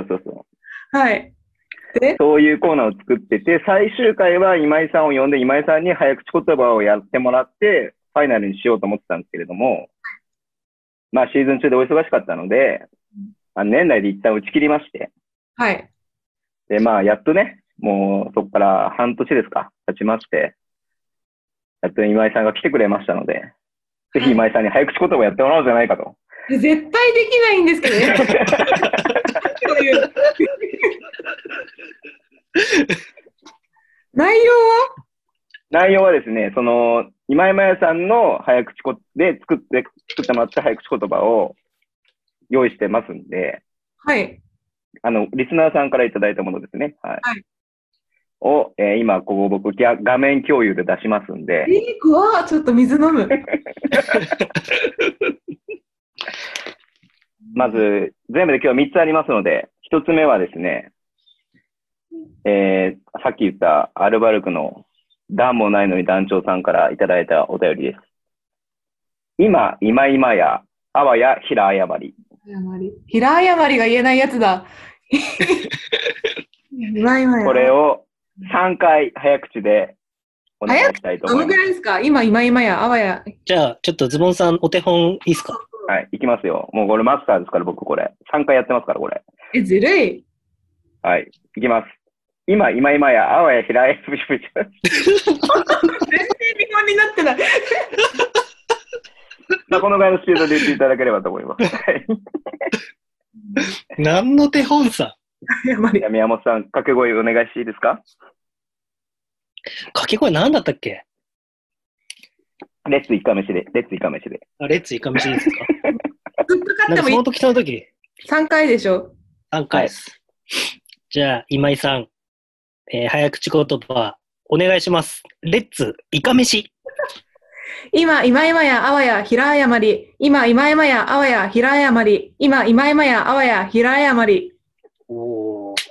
はい。 そういうコーナーを作ってて、最終回は今井さんを呼んで、今井さんに早口言葉をやってもらって、ファイナルにしようと思ってたんですけれども、まあシーズン中でお忙しかったので、年内で一旦打ち切りまして、 はい。 で、まあやっとね、もうそこから半年ですか、経ちまして、やっと今井さんが来てくれましたので、ぜひ今井さんに早口言葉をやってもらおうじゃないかと。 絶対できないんですけどね。内容はですね、今井麻耶さんの早口で作ってもらった早口言葉を用意してますんで、 はい。 リスナーさんからいただいたものですね。はい。 はい、 を、今、ここ僕、画面共有で出しますんで。 怖っ、ちょっと水飲む。 まず、全部で今日3つありますので、1つ目はですね、さっき言ったアルバルクの段もないのに団長さんからいただいたお便りです。今井麻耶、あわや平謝り。 平謝りが言えないやつだ。 これを3回早口でお願いしたいと思います。 どのぐらいですか？今井麻耶、あわや。 じゃあ、ちょっとズボンさんお手本いいですか？ はい、いきますよ。もうこれマスターですから、僕これ。3回やってますから、これ。 ずるい。 はい、いきます。今井麻耶、あわや平謝り。全然日本になってない。 まあこのぐらいのスピードで言っていただければと思います。 何の手本さ。 宮本さん、掛け声お願いしていいですか？ 掛け声何だったっけ？ レッツイカ飯で。 レッツイカ飯ですか？ ずっと勝ってもいい。 その時。 3回でしょ？ 3回です。はい、じゃあ、今井さん、早口言葉、お願いします。レッツイカ飯。 今井麻耶、あわや平謝り。今今井麻耶、あわや平謝り。今今井麻耶、あわや平謝り。 おー。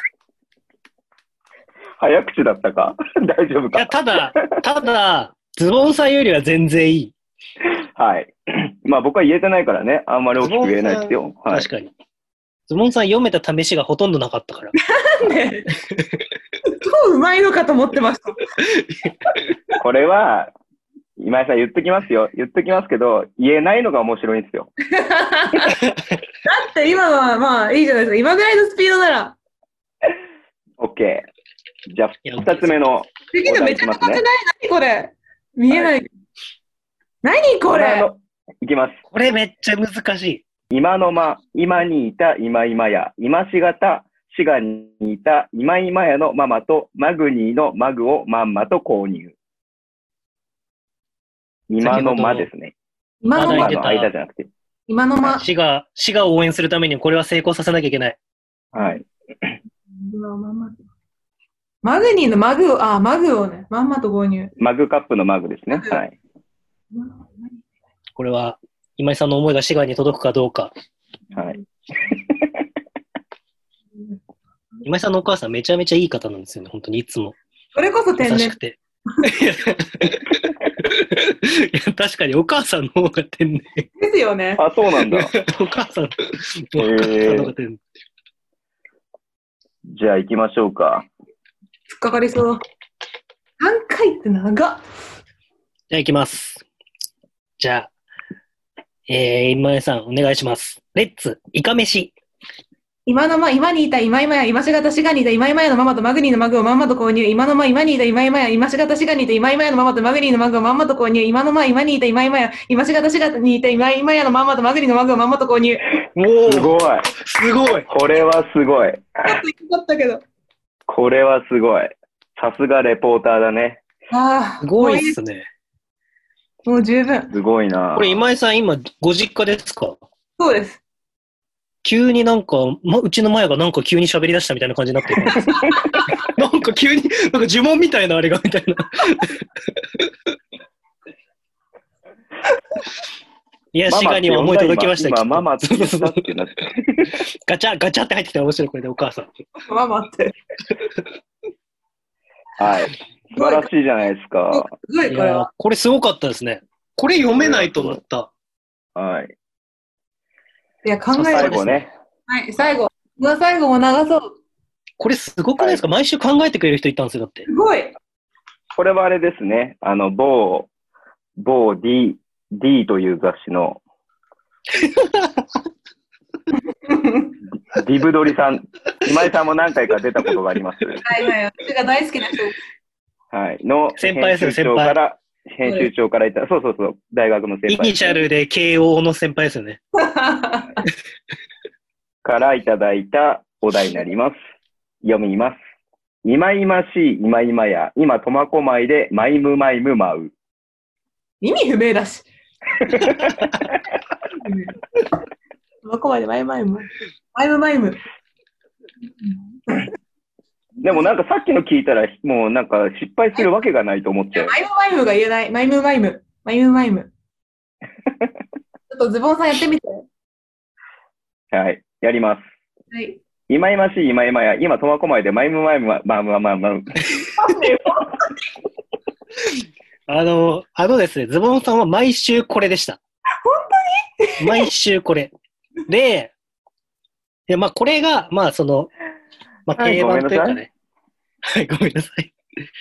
早口だったか？大丈夫か？ いや、ただ、ズボンさんよりは全然いい。 はい。まあ僕は言えてないからね、あんまり大きく言えないですよ。 はい、確かに。ズボンさん読めた試しがほとんどなかったから。 なんで？超うまいのかと思ってました。 これは、今井さん言っときますけど、言えないのが面白いんですよ。 だって今はまあいいじゃないですか。今ぐらいのスピードなら。 OK。じゃあ、2つ目の。 めちゃくちゃない。何これ？見えない。はい、何これ？ いきます。 これめっちゃ難しい。 今にいた今井麻耶、今しがた、滋賀にいた今井麻耶のママとマグニーのマグをまんまと購入。今の間ですね。 今の間の間じゃなくて。 今の間。 滋賀を応援するためにこれは成功させなきゃいけない。 はい。 マグニーのマグをね、まんまと購入。 マグカップのマグですね。はい。 これは、 今井さんの思いが滋賀に届くかどうか。 はい。 今井さんのお母さんめちゃめちゃいい方なんですよね、本当にいつも。 それこそ天然。 優しくて。いや確かにお母さんの方が天然。 ですよね。 あ、そうなんだ。 お母さんの方が天然。 じゃあ行きましょうか。 突っかかりそう。3回って長っ。 じゃあ行きます。じゃあ、今井さんお願いします。レッツ、イカ飯。 今にいた今や、今しがたしがにいた今やのママとマグニーのマグをまんまと購入。今にいた今や、今しがたしがにいた今やのママとマグニーのマグをまんまと購入。今にいた今や、今しがたしがにいた今やのママとマグニーのマグをまんまと購入。 すごい。 すごい。 これはすごい。 ちょっと低かったけど。 これはすごい。さすがレポーターだね。 ああ。 すごいっすね。 もう十分。 すごいな。 これ今井さん今ご実家ですか？ そうです。 急になんか、うちのマヤがなんか急に喋り出したみたいな感じになってる。なんか急に、なんか呪文みたいなあれがみたいな。いや、滋賀には思い届きましたけど。 今、ママって言ったってなって。 ガチャって入ってきたら面白い、これでお母さん。 ママって。 はい。素晴らしいじゃないですか。 すごい、これは。 これすごかったですね。これ読めないと思った。 はい。 いや、考える。 最後ね。 はい、最後。最後も長そう。 これすごくないですか？毎週考えてくれる人いたんですよ、だって。 すごい。 これはあれですね。某 D という雑誌のディブドリさん、今井さんも何回か出たことがあります。 はいはい、私が大好きな人。 はい。の先輩ですよ、先輩。編集長からいた、そう、大学の先輩。 イニシャルで慶応の先輩ですよね。 からいただいたお題になります。読みます。いまいましい今今や、今苫小牧でマイム舞う。 意味不明だし。苫小牧でマイム。 でもなんかさっきの聞いたら、もうなんか失敗するわけがないと思っちゃう。 マイムが言えない。マイム。ちょっとズボンさんやってみて。 はい。やります。 はい。 いまいましい今今や、今苫小牧でマイム。 ですね、ズボンさんは毎週これでした。 本当に毎週これ。で、まあこれが、まあその、まあ定番というかね。はい、ごめんなさい。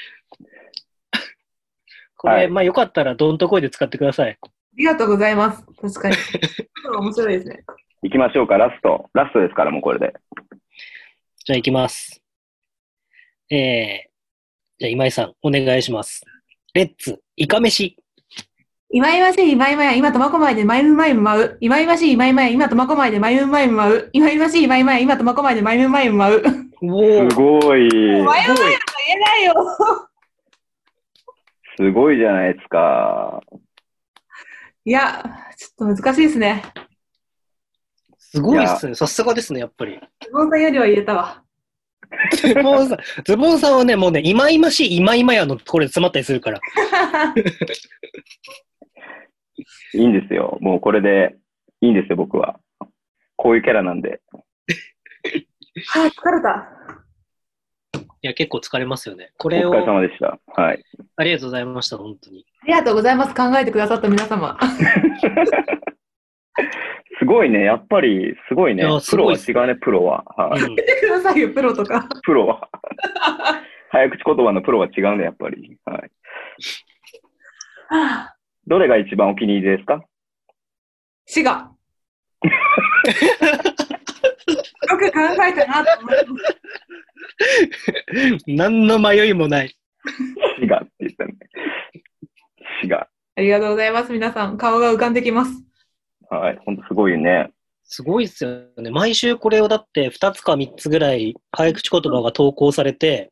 これ、はい、まあよかったらどんとこいで使ってください。 ありがとうございます。確かに。面白いですね。 行きましょうか、ラストですから、もうこれで。 じゃあ行きます。じゃあ今井さん、お願いします。レッツ、イカ飯。 今いましい、今や、今苫小牧でマイム舞う。今いましい、今や、今苫小牧でマイム舞う。今いましい、今や、今苫小牧でマイム舞う。 すごい。 マイムと言えないよ。 すごいじゃないですか。 いや、ちょっと難しいですね。 すごいっすね。さすがですね、やっぱり。 ズボンさんよりは言えたわ。 ズボンさんはね、もうね、今いましい、今やのこれ詰まったりするから。 いいんですよ。もうこれでいいんですよ、僕は。こういうキャラなんで。 はぁ、疲れた。 いや、結構疲れますよね。これを。 お疲れ様でした。はい。 ありがとうございました、本当に。 ありがとうございます。考えてくださった皆様。 すごいね。やっぱり、すごいね。プロは違うね、プロは。 はい。言ってくださいよ、プロとか。 プロは。早口言葉のプロは違うね、やっぱり。はい。どれが一番お気に入りですか？ 滋賀。よく考えたなと思います。 何の迷いもない。 滋賀って言ったね。滋賀。 ありがとうございます。皆さん、顔が浮かんできます。 はい。ほんとすごいね。 すごいっすよね。毎週これをだって2つか3つぐらい早口言葉が投稿されて、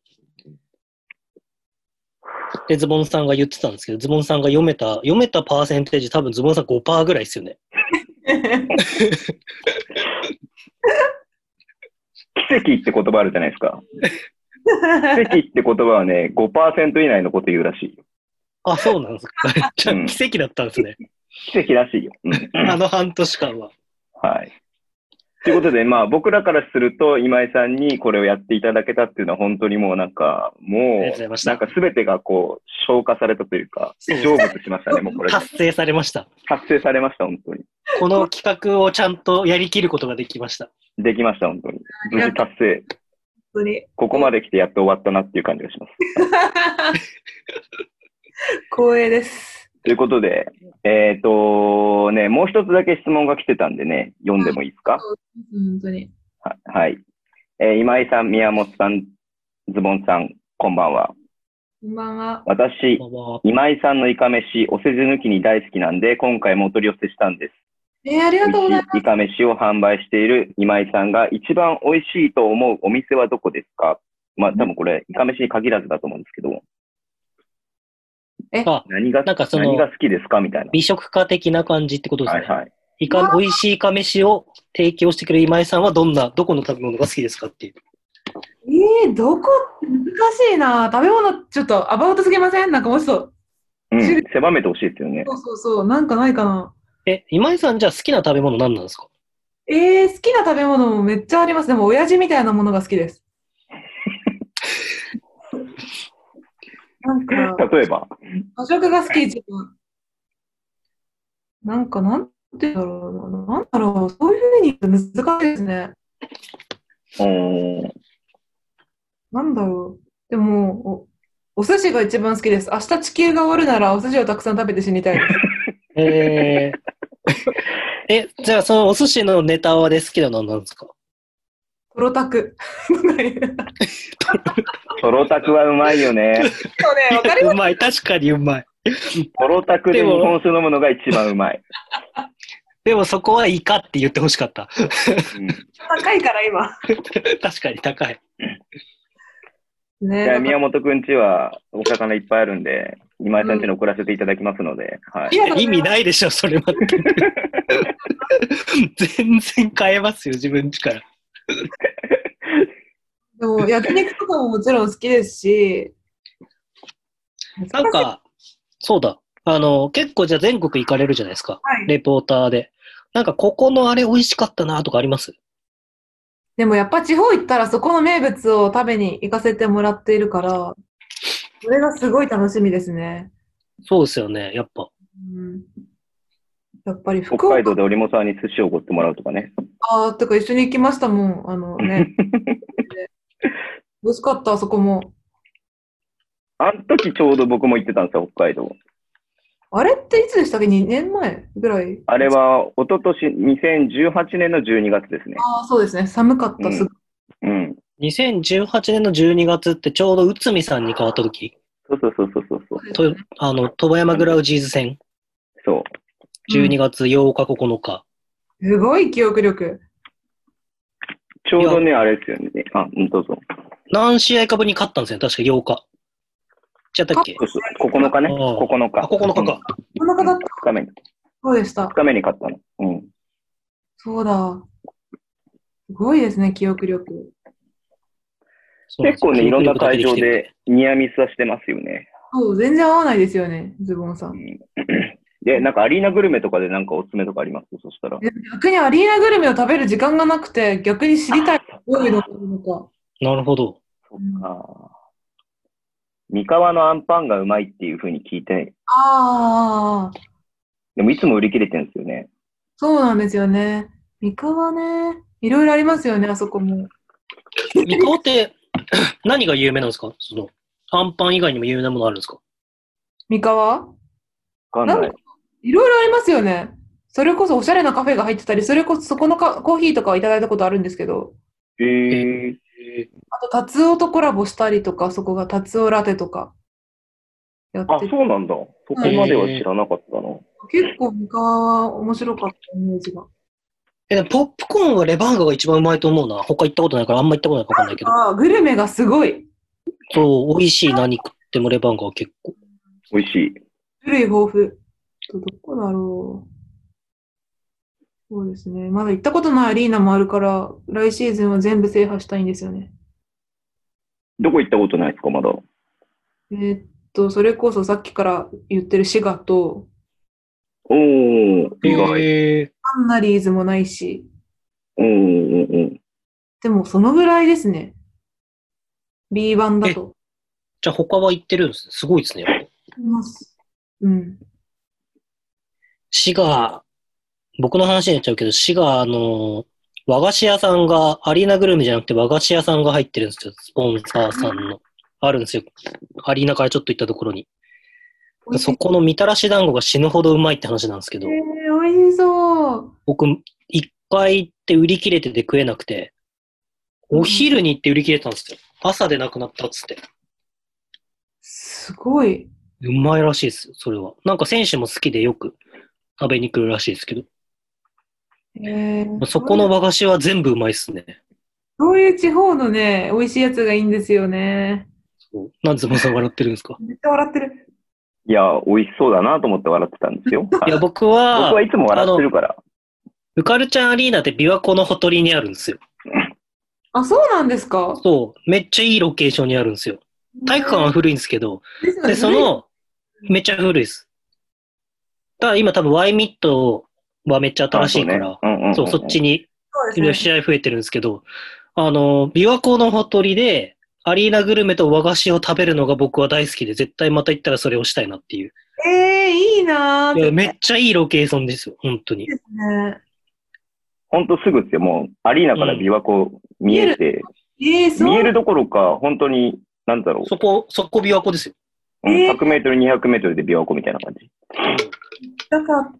で、ズボンさんが言ってたんですけど、ズボンさんが読めたパーセンテージ多分ズボンさん 5% ぐらいですよね。 奇跡って言葉あるじゃないですか。奇跡って言葉はね、5% 以内のこと言うらしい。 あ、そうなんですか。じゃあ奇跡だったんですね。 奇跡らしいよ。 あの半年間は。 はい。ということで、まあ僕らからすると、今井さんにこれをやっていただけたっていうのは本当にもうなんか、なんか全てがこう、消化されたというか、成仏しましたね、もうこれ。 達成されました。 達成されました、本当に。 この企画をちゃんとやりきることができました。 できました、本当に。無事達成。ここまで来てやっと終わったなっていう感じがします。 光栄です。 ということで、もう一つだけ質問が来てたんでね、読んでもいいですか？ 本当に。 はい。今井さん、宮本さん、ズボンさん、こんばんは。 こんばんは。 私、今井さんのイカ飯、お世辞抜きに大好きなんで、今回もお取り寄せしたんです。 ありがとうございます。 イカ飯を販売している今井さんが一番美味しいと思うお店はどこですか？まあ、多分これ、イカ飯に限らずだと思うんですけど。何が好きですかみたいな。 美食家的な感じってことですね。 はいはい。 美味しいイカ飯を提供してくれる今井さんはどこの食べ物が好きですかっていう。 どこ難しいな。食べ物ちょっとアバウトすぎません？なんかもうちょっと。 狭めてほしいですよね。 そう。なんかないかな。 今井さんじゃあ好きな食べ物何なんですか？ 好きな食べ物もめっちゃあります。でも親父みたいなものが好きです。なんか、 例えば和食が好き、自分。なんてだろう。そういうふうに言うと難しいですね。なんだろう。でも、お寿司が一番好きです。明日地球が終わるならお寿司をたくさん食べて死にたいです。じゃあそのお寿司のネタはで好きなのは何ですか？ トロタク。 トロタクはうまいよね。 そうね、わかります。 うまい、確かにうまい。 トロタクで日本酒飲むのが一番うまい。 でもそこはイカって言ってほしかった。 高いから今。 確かに高い。 ね、宮本くんちはお魚いっぱいあるんで、今井さんちに送らせていただきますので。はい、 意味ないでしょ、それは。全然買えますよ、自分ちから。 でも焼肉とかももちろん好きですし。 なんか、そうだ。結構じゃあ全国行かれるじゃないですか。 はい、 レポーターで。なんかここのあれ美味しかったなとかあります？ でもやっぱ地方行ったらそこの名物を食べに行かせてもらっているから、それがすごい楽しみですね。 そうですよね、やっぱ。 やっぱり北海道で織茂さんに寿司をおごってもらうとかね。 とか一緒に行きましたもん。美味しかった、そこも。 あの時ちょうど僕も行ってたんですよ、北海道。 あれっていつでしたっけ？ 2 年前ぐらい？ あれは、一昨年2018年の12月ですね。 そうですね。寒かった、すぐ。 2018年の12月ってちょうど内海さんに変わった時。 そう。 鳥羽山グラウジーズ戦。 そう。 12月8日、9日。 すごい記憶力。 ちょうどね、あれですよね。どうぞ。 何試合かぶりに勝ったんですよ、確か8日。違ったっけ ？9日ね。9日。 9日か。 9日だった。 2日目に。 そうでした。 2日目に勝ったの。 そうだ。すごいですね、記憶力。 結構ね、いろんな会場でニアミスはしてますよね。 そう、全然合わないですよね、ズボンさん。 で、なんかアリーナグルメとかでなんかおすすめとかあります？そしたら。 逆にアリーナグルメを食べる時間がなくて、逆に知りたい。どういうのがあるのか。 なるほど。 そっか。三河のアンパンがうまいっていう風に聞いて。でもいつも売り切れてるんですよね。 そうなんですよね。三河ね。いろいろありますよね、あそこも。 三河って何が有名なんですか？その、アンパン以外にも有名なものあるんですか？ 三河？ わかんない。 いろいろありますよね。それこそおしゃれなカフェが入ってたり、それこそそこのコーヒーとかはいただいたことあるんですけど。あと、タツオとコラボしたりとか、そこがタツオラテとかやってて。 そうなんだ。そこまでは知らなかったな。 結構三河は面白かったイメージが。 ポップコーンはレバンガが一番うまいと思うな。他行ったことないからあんま行ったことないかわかんないけど。 グルメがすごい。 そう、美味しい何食ってもレバンガは結構。 美味しい。 種類豊富。どこだろう。そうですね。まだ行ったことないアリーナもあるから、来シーズンは全部制覇したいんですよね。 どこ行ったことないですか、まだ。 それこそさっきから言ってる滋賀と、 おー、意外。 ハンナリーズもないし。 でもそのぐらいですね。B 版だと。 じゃあ他は行ってるんですね。すごいですね。 うん。 滋賀、僕の話になっちゃうけど、滋賀和菓子屋さんが、アリーナグルメじゃなくて和菓子屋さんが入ってるんですよ。スポンサーさんの。あるんですよ。アリーナからちょっと行ったところに。そこのみたらし団子が死ぬほどうまいって話なんですけど。 美味しそう。 僕、一回行って売り切れてて食えなくて、お昼に行って売り切れたんですよ。朝でなくなったっつって。 すごい。 うまいらしいですよ、それは。なんか選手も好きでよく食べに来るらしいですけど。そこの和菓子は全部うまいっすね。 そういう地方のね、美味しいやつがいいんですよね。 そう。なんでズボンさん笑ってるんですか？ めっちゃ笑ってる。 いや、美味しそうだなと思って笑ってたんですよ。 いや、僕はいつも笑ってるから。 ウカルチャンアリーナって琵琶湖のほとりにあるんですよ。 あ、そうなんですか？ そう。めっちゃいいロケーションにあるんですよ。体育館は古いんですけど、で、めっちゃ古いです。ただ今多分 Y ミットはめっちゃ新しいから、そう、そっちに試合増えてるんですけど、琵琶湖のほとりで、アリーナグルメと和菓子を食べるのが僕は大好きで、絶対また行ったらそれをしたいなっていう。 いいなぁ。 いや、めっちゃいいロケーションですよ、本当に。 ですね。 本当すぐですよ、もう、アリーナから琵琶湖見えて、見えるどころか、本当に、なんだろう。 そこ琵琶湖ですよ。 100メートル、200メートルで琵琶湖みたいな感じ。 行きたかった。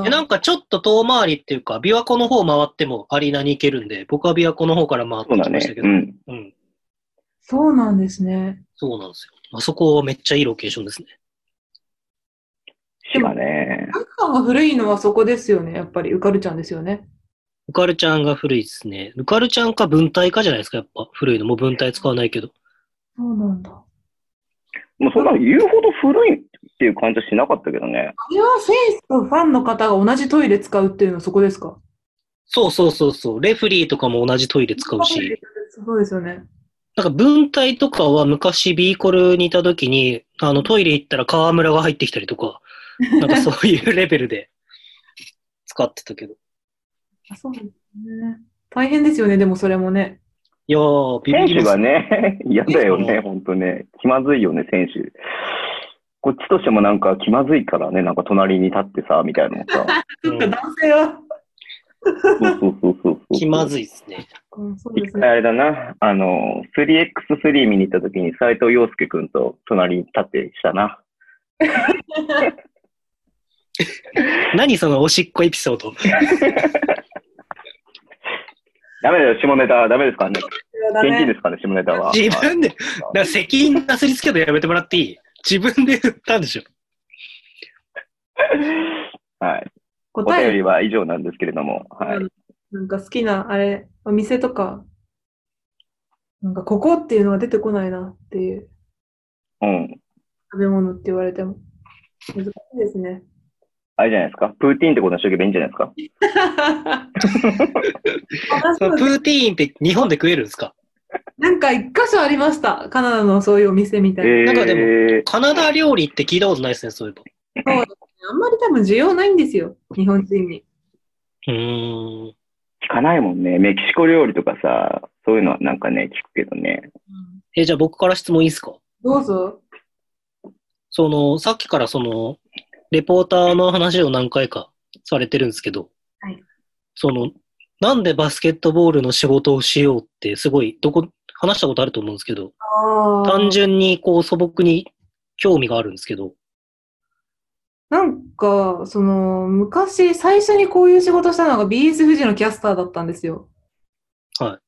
なんかちょっと遠回りっていうか、琵琶湖の方回ってもアリーナに行けるんで、僕は琵琶湖の方から回ってきましたけど。 そうなんですね。 そうなんですよ。あそこはめっちゃいいロケーションですね。 滋賀ね。 体育館が古いのはそこですよね。やっぱり、ウカルちゃんですよね。 ウカルちゃんが古いですね。ウカルちゃんか文体かじゃないですか、やっぱ。古いの。もう文体使わないけど。 そうなんだ。 もうそんな言うほど古いっていう感じはしなかったけどね。 あれは選手とファンの方が同じトイレ使うっていうのはそこですか？ そう。レフリーとかも同じトイレ使うし。 そうですよね。 なんか文体とかは昔ビーコルにいた時に、トイレ行ったら河村が入ってきたりとか、なんかそういうレベルで使ってたけど。 そうですね。大変ですよね、でもそれもね。 いやー、 ビビります。選手がね、嫌だよね、ほんとね。気まずいよね、選手。こっちとしてもなんか気まずいからね、なんか隣に立ってさ、みたいなのさ。 ちょっと男性は。 そう。 気まずいっすね。 一回あれだな、3x3 見に行った時に斉藤陽介くんと隣に立ってしたな。 何そのおしっこエピソード。 ダメだよ、下ネタ。ダメですからね。元気ですかね、下ネタは。 自分で、だから責任なすりつけるのやめてもらっていい？自分で言ったんでしょ。 はい。お便りは以上なんですけれども。はい。 なんか好きな、あれ、お店とか、なんかここっていうのが出てこないなっていう。食べ物って言われても。難しいですね。 あれじゃないですか。プーティーンってことにしとけばいいんじゃないですか。 プーティーンって日本で食えるんですか？ なんか一箇所ありました。カナダのそういうお店みたいな。 なんかでも、カナダ料理って聞いたことないですね、そういうの。 そうですね。あんまり多分需要ないんですよ。日本人に。 聞かないもんね。メキシコ料理とかさ、そういうのはなんかね、聞くけどね。 じゃあ僕から質問いいですか？ どうぞ。 さっきからレポーターの話を何回かされてるんですけど、 はい、 なんでバスケットボールの仕事をしようってすごい、話したことあると思うんですけど、単純に素朴に興味があるんですけど。 なんか、昔、最初にこういう仕事したのが BS 富士のキャスターだったんですよ。 はい。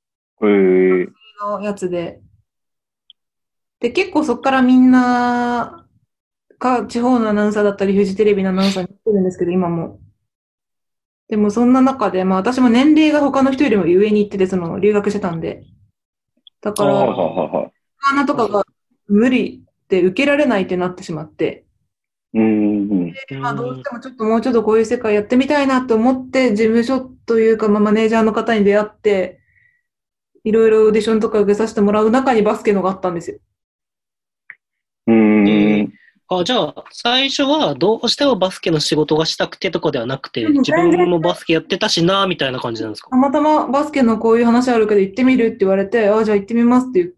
のやつで。で、結構そこからみんな、地方のアナウンサーだったり、フジテレビのアナウンサーに来てるんですけど、今も。でもそんな中で、私も年齢が他の人よりも上に行ってて、留学してたんで。だから、花とかが無理で受けられないってなってしまって。どうしてももうちょっとこういう世界やってみたいなと思って、事務所というか、マネージャーの方に出会って、いろいろオーディションとか受けさせてもらう中にバスケのがあったんですよ。 じゃあ、最初はどうしてもバスケの仕事がしたくてとかではなくて、自分もバスケやってたしな、みたいな感じなんですか？ たまたまバスケのこういう話あるけど行ってみるって言われて、じゃあ行ってみますって言って、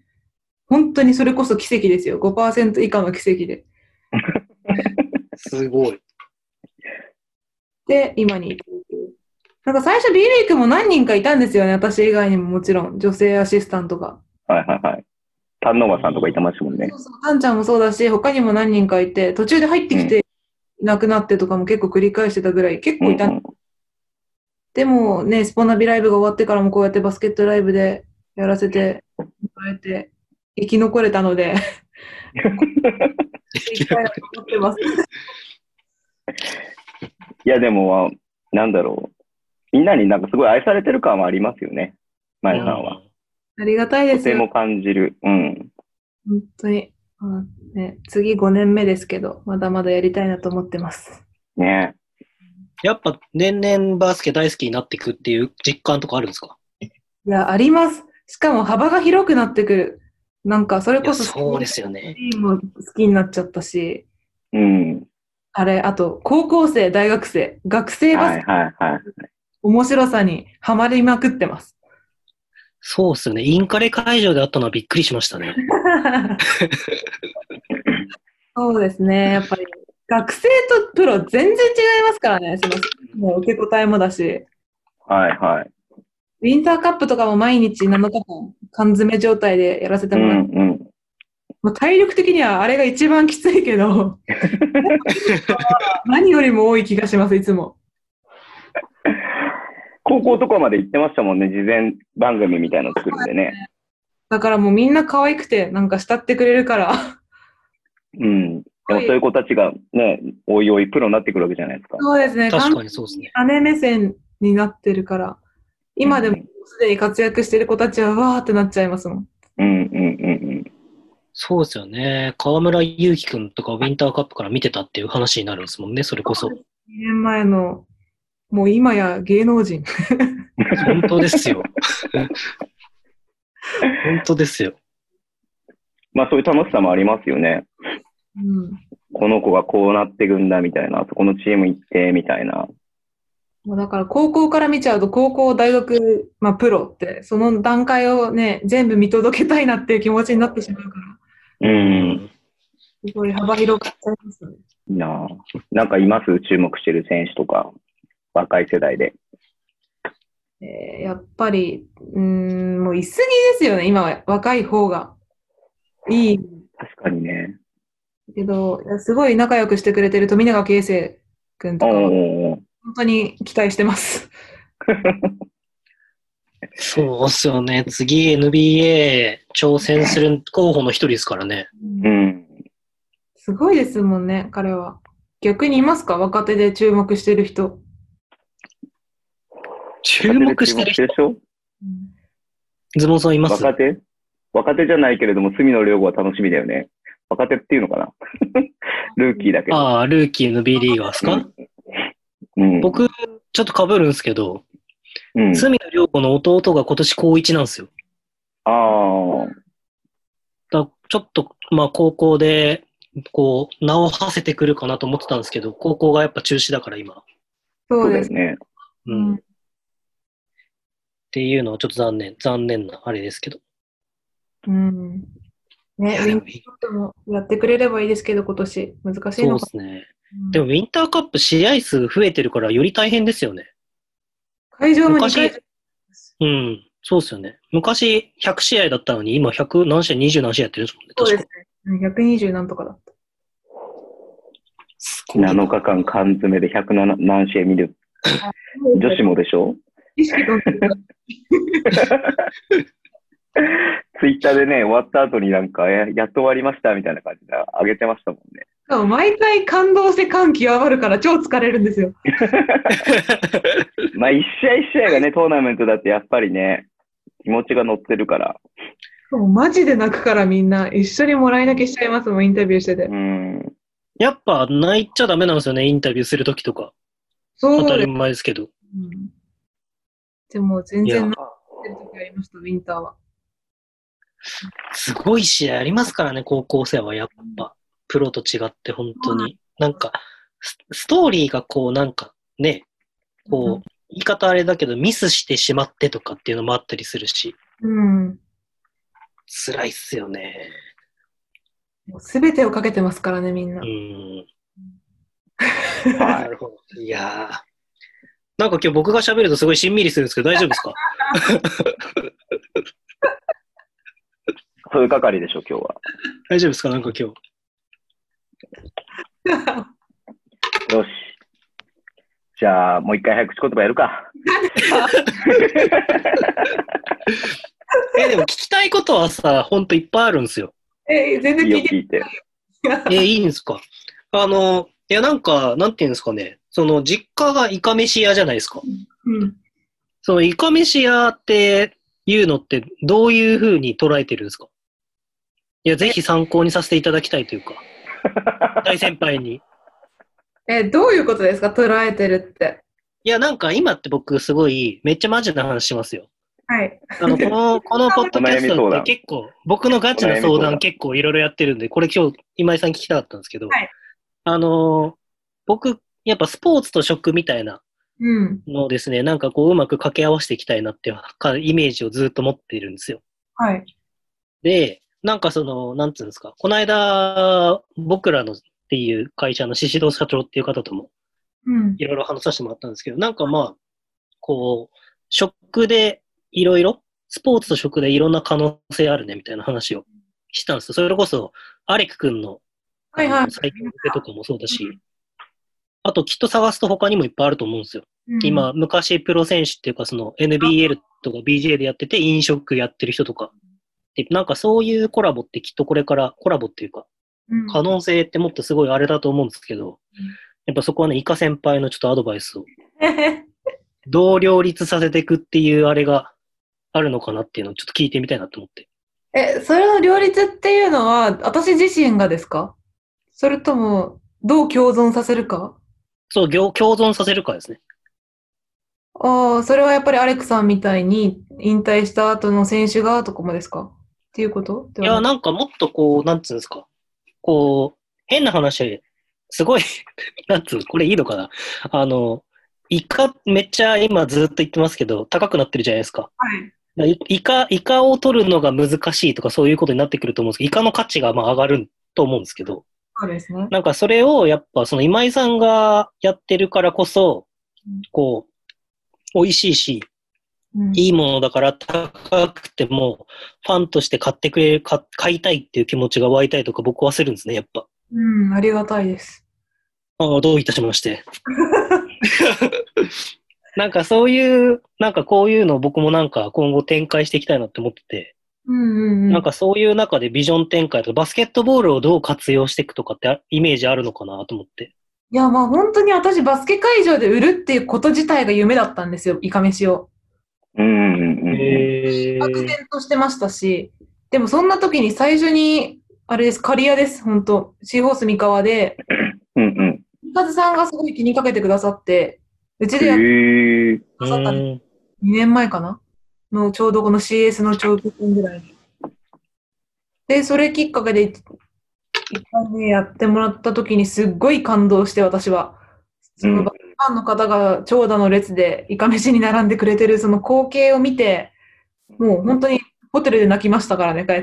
本当にそれこそ奇跡ですよ。5% 以下の奇跡で。 すごい。 で、今に。なんか最初 B リーグも何人かいたんですよね。私以外にももちろん。女性アシスタントが。 はいはいはい。丹野間さんとかいてましたもんね。 そうそう、タンちゃんもそうだし、他にも何人かいて、途中で入ってきていなくなってとかも結構繰り返してたぐらい、結構いた。でもね、スポナビライブが終わってからもこうやってバスケットライブでやらせてもらえて、生き残れたので、 いや、でも、なんだろう。みんなになんかすごい愛されてる感はありますよね。まゆさんは。 ありがたいです。 とても感じる。うん。 本当に。ね、次5年目ですけど、まだまだやりたいなと思ってます。 ね。 やっぱ年々バスケ大好きになっていくっていう実感とかあるんですか？ いや、あります。しかも幅が広くなってくる。なんか、それこそ、 そうですよね。 チームも好きになっちゃったし、 うん。 あと、高校生、大学生、学生バスケ、 はいはいはい。 面白さにハマりまくってます。 そうですよね。インカレ会場であったのはびっくりしましたね。 そうですね。やっぱり、学生とプロ全然違いますからね。もう受け答えもだし。 はいはい。 ウィンターカップとかも毎日7日間、缶詰状態でやらせてもらって、もう体力的にはあれが一番きついけど、何よりも多い気がします、いつも。 高校とかまで行ってましたもんね、事前番組みたいなの作るんでね。 だからもうみんな可愛くて、なんか慕ってくれるから。 うん。でもそういう子たちがね、おいおいプロになってくるわけじゃないですか。 そうですね。 確かにそうですね。 姉目線になってるから、今でもすでに活躍してる子たちはわーってなっちゃいますもん。 そうですよね。河村勇輝くんとかウィンターカップから見てたっていう話になるんですもんね、それこそ。 2年前の、もう今や芸能人。 本当ですよ。本当ですよ。 まあそういう楽しさもありますよね。 うん、 この子がこうなっていくんだみたいな、そこのチーム行ってみたいな。 もうだから高校から見ちゃうと、高校、大学、まあプロって、その段階をね、全部見届けたいなっていう気持ちになってしまうから。すごい幅広くっちゃいますね。 いいなぁ。なんかいます注目してる選手とか、若い世代で。 やっぱり、もういすぎですよね、今は若い方が。いい。 確かにね。 けど、すごい仲良くしてくれてる富永啓生君とかは、本当に期待してます。 そうっすよね。次 NBA 挑戦する候補の一人ですからね。 すごいですもんね、彼は。逆にいますか？若手で注目してる人。 注目してる人？ズボンさんいます？ 若手じゃないけれども、隅野良吾は楽しみだよね。若手っていうのかなルーキーだけど。 ルーキーの B リーガーですか？僕、ちょっと被るんですけど、隅野良吾の弟が今年高1なんですよ。ちょっと、まあ高校で、こう、名を馳せてくるかなと思ってたんですけど、高校がやっぱ中止だから今。 そうですね。 っていうのはちょっと残念なあれですけど。 ね、ウィンターカップもやってくれればいいですけど、今年難しいのか。 そうですね。でもウィンターカップ試合数増えてるからより大変ですよね。 会場も2回。 そうですよね。昔100試合だったのに今100何試合、20何試合やってるんですもんね。 そうですね。120何とかだった。 7日間缶詰で100何試合見る。女子もでしょ？ 意識とツイッターでね、終わった後になんか、やっと終わりましたみたいな感じで上げてましたもんね。 毎回感動して感極まるから超疲れるんですよ。 まあ一試合一試合がね、トーナメントだってやっぱりね、気持ちが乗ってるから。 マジで泣くからみんな一緒にもらい泣きしちゃいますもん、インタビューしてて。 やっぱ泣いちゃダメなんですよね、インタビューするときとか。当たり前ですけど。 でも全然泣いてるときありました、ウィンターは。 すごい試合ありますからね、高校生はやっぱ。 プロと違って本当に。なんか、ストーリーがこうなんかね、こう、言い方あれだけどミスしてしまってとかっていうのもあったりするし。 うん。 辛いっすよね。 すべてをかけてますからね、みんな。 なるほど。いやー。なんか今日僕が喋るとすごいしんみりするんですけど大丈夫ですか？ そういう係でしょ、今日は。 大丈夫ですか？なんか今日。よし。じゃあ、もう一回早口言葉やるか。 でも聞きたいことはさ、ほんといっぱいあるんですよ。 全然聞いて。 いいんですか？いやなんか、なんていうんですかね。その、実家がイカ飯屋じゃないですか。 うん。 その、イカ飯屋っていうのってどういう風に捉えてるんですか？いや、ぜひ参考にさせていただきたいというか。大先輩に。 どういうことですか？捉えてるって。 いや、なんか今って僕すごい、めっちゃマジな話しますよ。 はい。 このポッドキャストって結構、僕のガチな相談結構いろいろやってるんで、これ今日今井さん聞きたかったんですけど、 はい、 僕、やっぱスポーツと食みたいなのをですね、なんかこううまく掛け合わせていきたいなっていうイメージをずっと持っているんですよ。 はい。 で、なんかその、なんつうんですか、この間、僕らのっていう会社の宍戸社長っていう方とも、いろいろ話させてもらったんですけど、なんかまあ、こう、食でいろいろ、スポーツと食でいろんな可能性あるねみたいな話をしたんですよ。それこそ、アレク君の最強の手とかもそうだし、あときっと探すと他にもいっぱいあると思うんですよ。今、昔プロ選手っていうか、その NBL とか BJ でやってて飲食やってる人とか、でなんかそういうコラボってきっとこれからコラボっていうか、可能性ってもっとすごいあれだと思うんですけど、やっぱそこはね、イカ先輩のちょっとアドバイスを、どう両立させていくっていうあれがあるのかなっていうのをちょっと聞いてみたいなと思って。 それの両立っていうのは、私自身がですか？それとも、どう共存させるか？ そう、共存させるかですね。 ああ、それはやっぱりアレクさんみたいに引退した後の選手がとかもですかっていうこと？ いや、なんかもっとこう、なんつうんですか。こう、変な話、すごい、なんつう、これいいのかな。イカ、めっちゃ今ずっと言ってますけど、高くなってるじゃないですか。 はい。 イカを取るのが難しいとかそういうことになってくると思うんですけど、イカの価値がまあ上がると思うんですけど、 そうですね。 なんかそれをやっぱその今井さんがやってるからこそ、こう、美味しいし、いいものだから高くても、ファンとして買ってくれる、買いたいっていう気持ちが湧いたりとか僕はするんですね、やっぱ。 ありがたいです。 どういたしまして。なんかそういう、なんかこういうのを僕もなんか今後展開していきたいなって思ってて、なんかそういう中でビジョン展開とか、バスケットボールをどう活用していくとかってイメージあるのかなと思って。 いや、まあ本当に私バスケ会場で売るっていうこと自体が夢だったんですよ、イカ飯を。漠然としてましたし、でもそんな時に最初に、あれです、刈谷です、本当シーホース三河で、三和さんがすごい気にかけてくださって、うちでやってくださった2年前かなの、ちょうどこの CS の長期戦ぐらいに。で、それきっかけで一回ね、やってもらった時にすっごい感動して、私は。そのファンの方が長蛇の列でイカ飯に並んでくれてるその光景を見て、もう本当にホテルで泣きましたからね、帰って。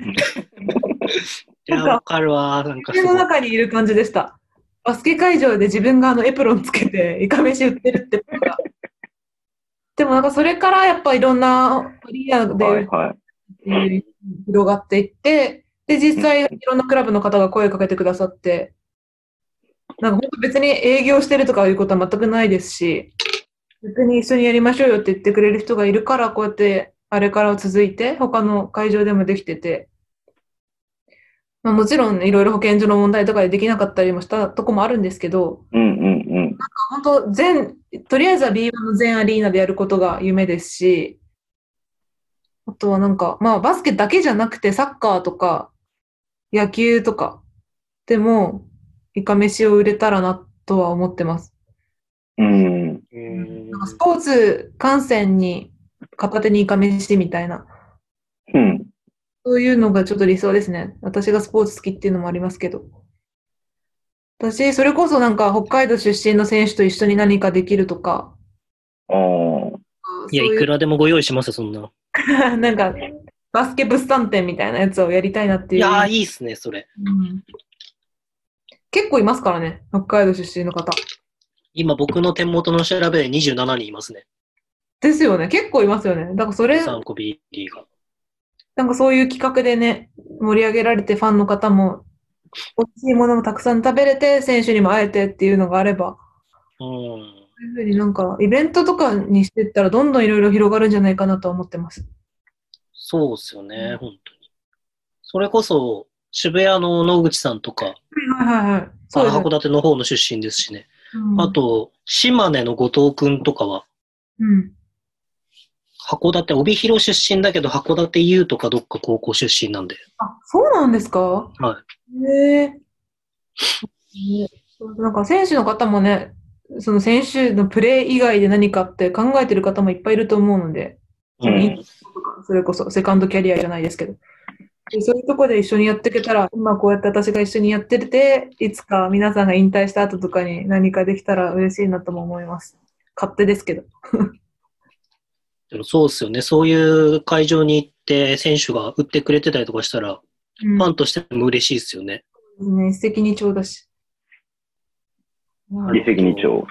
いや、わかるわ。なんか家の中にいる感じでした。バスケ会場で自分がエプロンつけてイカ飯売ってるってことが。でもなんかそれからやっぱいろんなアリーナで広がっていって、で、実際いろんなクラブの方が声をかけてくださって、なんか本当別に営業してるとかいうことは全くないですし、別に一緒にやりましょうよって言ってくれる人がいるから、こうやってあれから続いて、他の会場でもできてて、まあ、もちろんいろいろ保健所の問題とかでできなかったりもしたとこもあるんですけど、なんか本当とりあえずは B1 の全アリーナでやることが夢ですし、あとはなんか、まあバスケだけじゃなくてサッカーとか野球とかでもイカ飯を売れたらなとは思ってます。なんかスポーツ観戦に片手にイカ飯みたいな。そういうのがちょっと理想ですね。私がスポーツ好きっていうのもありますけど。 私、それこそなんか北海道出身の選手と一緒に何かできるとか、 ああ。 いや、いくらでもご用意しますよ、そんな。 なんか、バスケ物産展みたいなやつをやりたいなっていう。 いやー、いいっすね、それ。 結構いますからね、北海道出身の方。 今、僕の手元の調べで27人いますね。 ですよね、結構いますよね。だからそれ、 3個 B リーが。 なんかそういう企画でね、盛り上げられてファンの方も、美味しいものもたくさん食べれて、選手にも会えてっていうのがあれば、そういうふうになんか、イベントとかにしていったら、どんどんいろいろ広がるんじゃないかなと思ってます。 そうっすよね、本当に。それこそ、渋谷の野口さんとか、 はいはいはい。そうです。 函館の方の出身ですしね。あと、島根の後藤くんとかは、函館、帯広出身だけど、函館 U とかどっか高校出身なんで。 あ、そうなんですか？ はい。 へえ。なんか選手の方もね、その選手のプレー以外で何かって考えてる方もいっぱいいると思うので、それこそセカンドキャリアじゃないですけど。そういうところで一緒にやっていけたら、今こうやって私が一緒にやってて、いつか皆さんが引退した後とかに何かできたら嬉しいなとも思います。勝手ですけど。 でもそうですよね。そういう会場に行って選手が打ってくれてたりとかしたら、ファンとしても嬉しいですよね。 一石二鳥だし。 一石二鳥。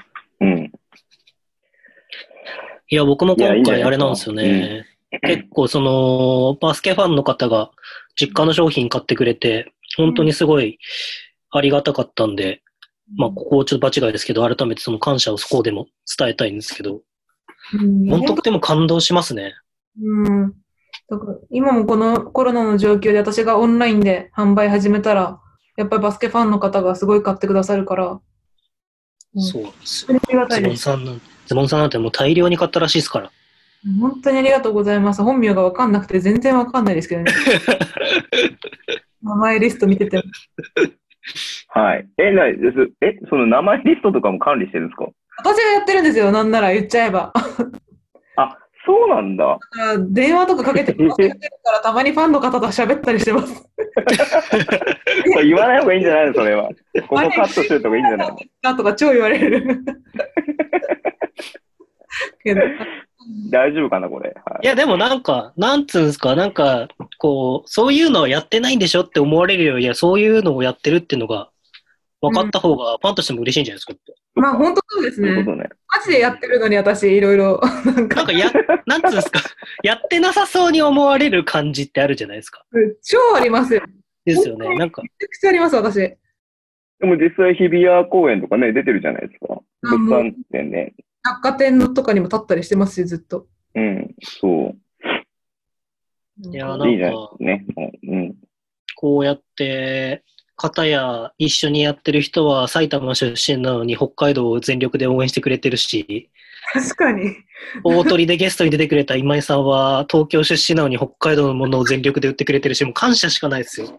いや、僕も今回あれなんですよね。結構その、バスケファンの方が実家の商品買ってくれて、本当にすごいありがたかったんで、まあ、ここちょっと場違いですけど、改めてその感謝をそこでも伝えたいんですけど、本当でも感動しますね。 だから今もこのコロナの状況で私がオンラインで販売始めたら、やっぱりバスケファンの方がすごい買ってくださるから、 そうですよ。ズボンさんなんてもう大量に買ったらしいですから。 本当にありがとうございます。本名がわかんなくて全然わかんないですけどね。名前リスト見てても。 はい。その名前リストとかも管理してるんですか？ 私がやってるんですよ、なんなら言っちゃえば。 あ、そうなんだ。 電話とかかけてくれるからたまにファンの方と喋ったりしてます。 言わない方がいいんじゃないのそれは。ここカットするとかいいんじゃないのなんとか超言われる。 けど大丈夫かなこれ、 はい。いや、でもなんか、なんつうんですか、なんか、こう、そういうのをやってないんでしょって思われるよりは、そういうのをやってるっていうのが分かった方が、ファンとしても嬉しいんじゃないですかって。 まあ、本当そうですね。マジでやってるのに私、いろいろ。 なんかなんつうんですか、やってなさそうに思われる感じってあるじゃないですか。 超ありますよ。 ですよね、なんか。 めちゃくちゃあります、私。 でも実際日比谷公園とかね、出てるじゃないですか。物産展ね。 百貨店とかにも立ったりしてますし、ずっと。 そう。 いや、なんか、 ねこうやって、片や一緒にやってる人は埼玉出身なのに北海道を全力で応援してくれてるし、 確かに。 大鳥でゲストに出てくれた今井さんは東京出身なのに北海道のものを全力で売ってくれてるし、もう感謝しかないですよ。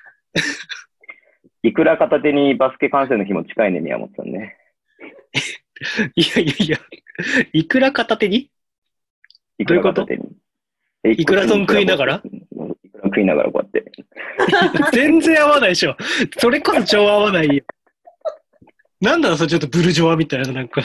いくら片手にバスケ観戦の日も近いね、宮本さんね。 いや、いくら片手にどういうこといくら丼食いながらいくら食いながらこうやって。 全然合わないでしょ。それこそ超合わないよ。なんだろう、それちょっとブルジョワみたいな、なんか。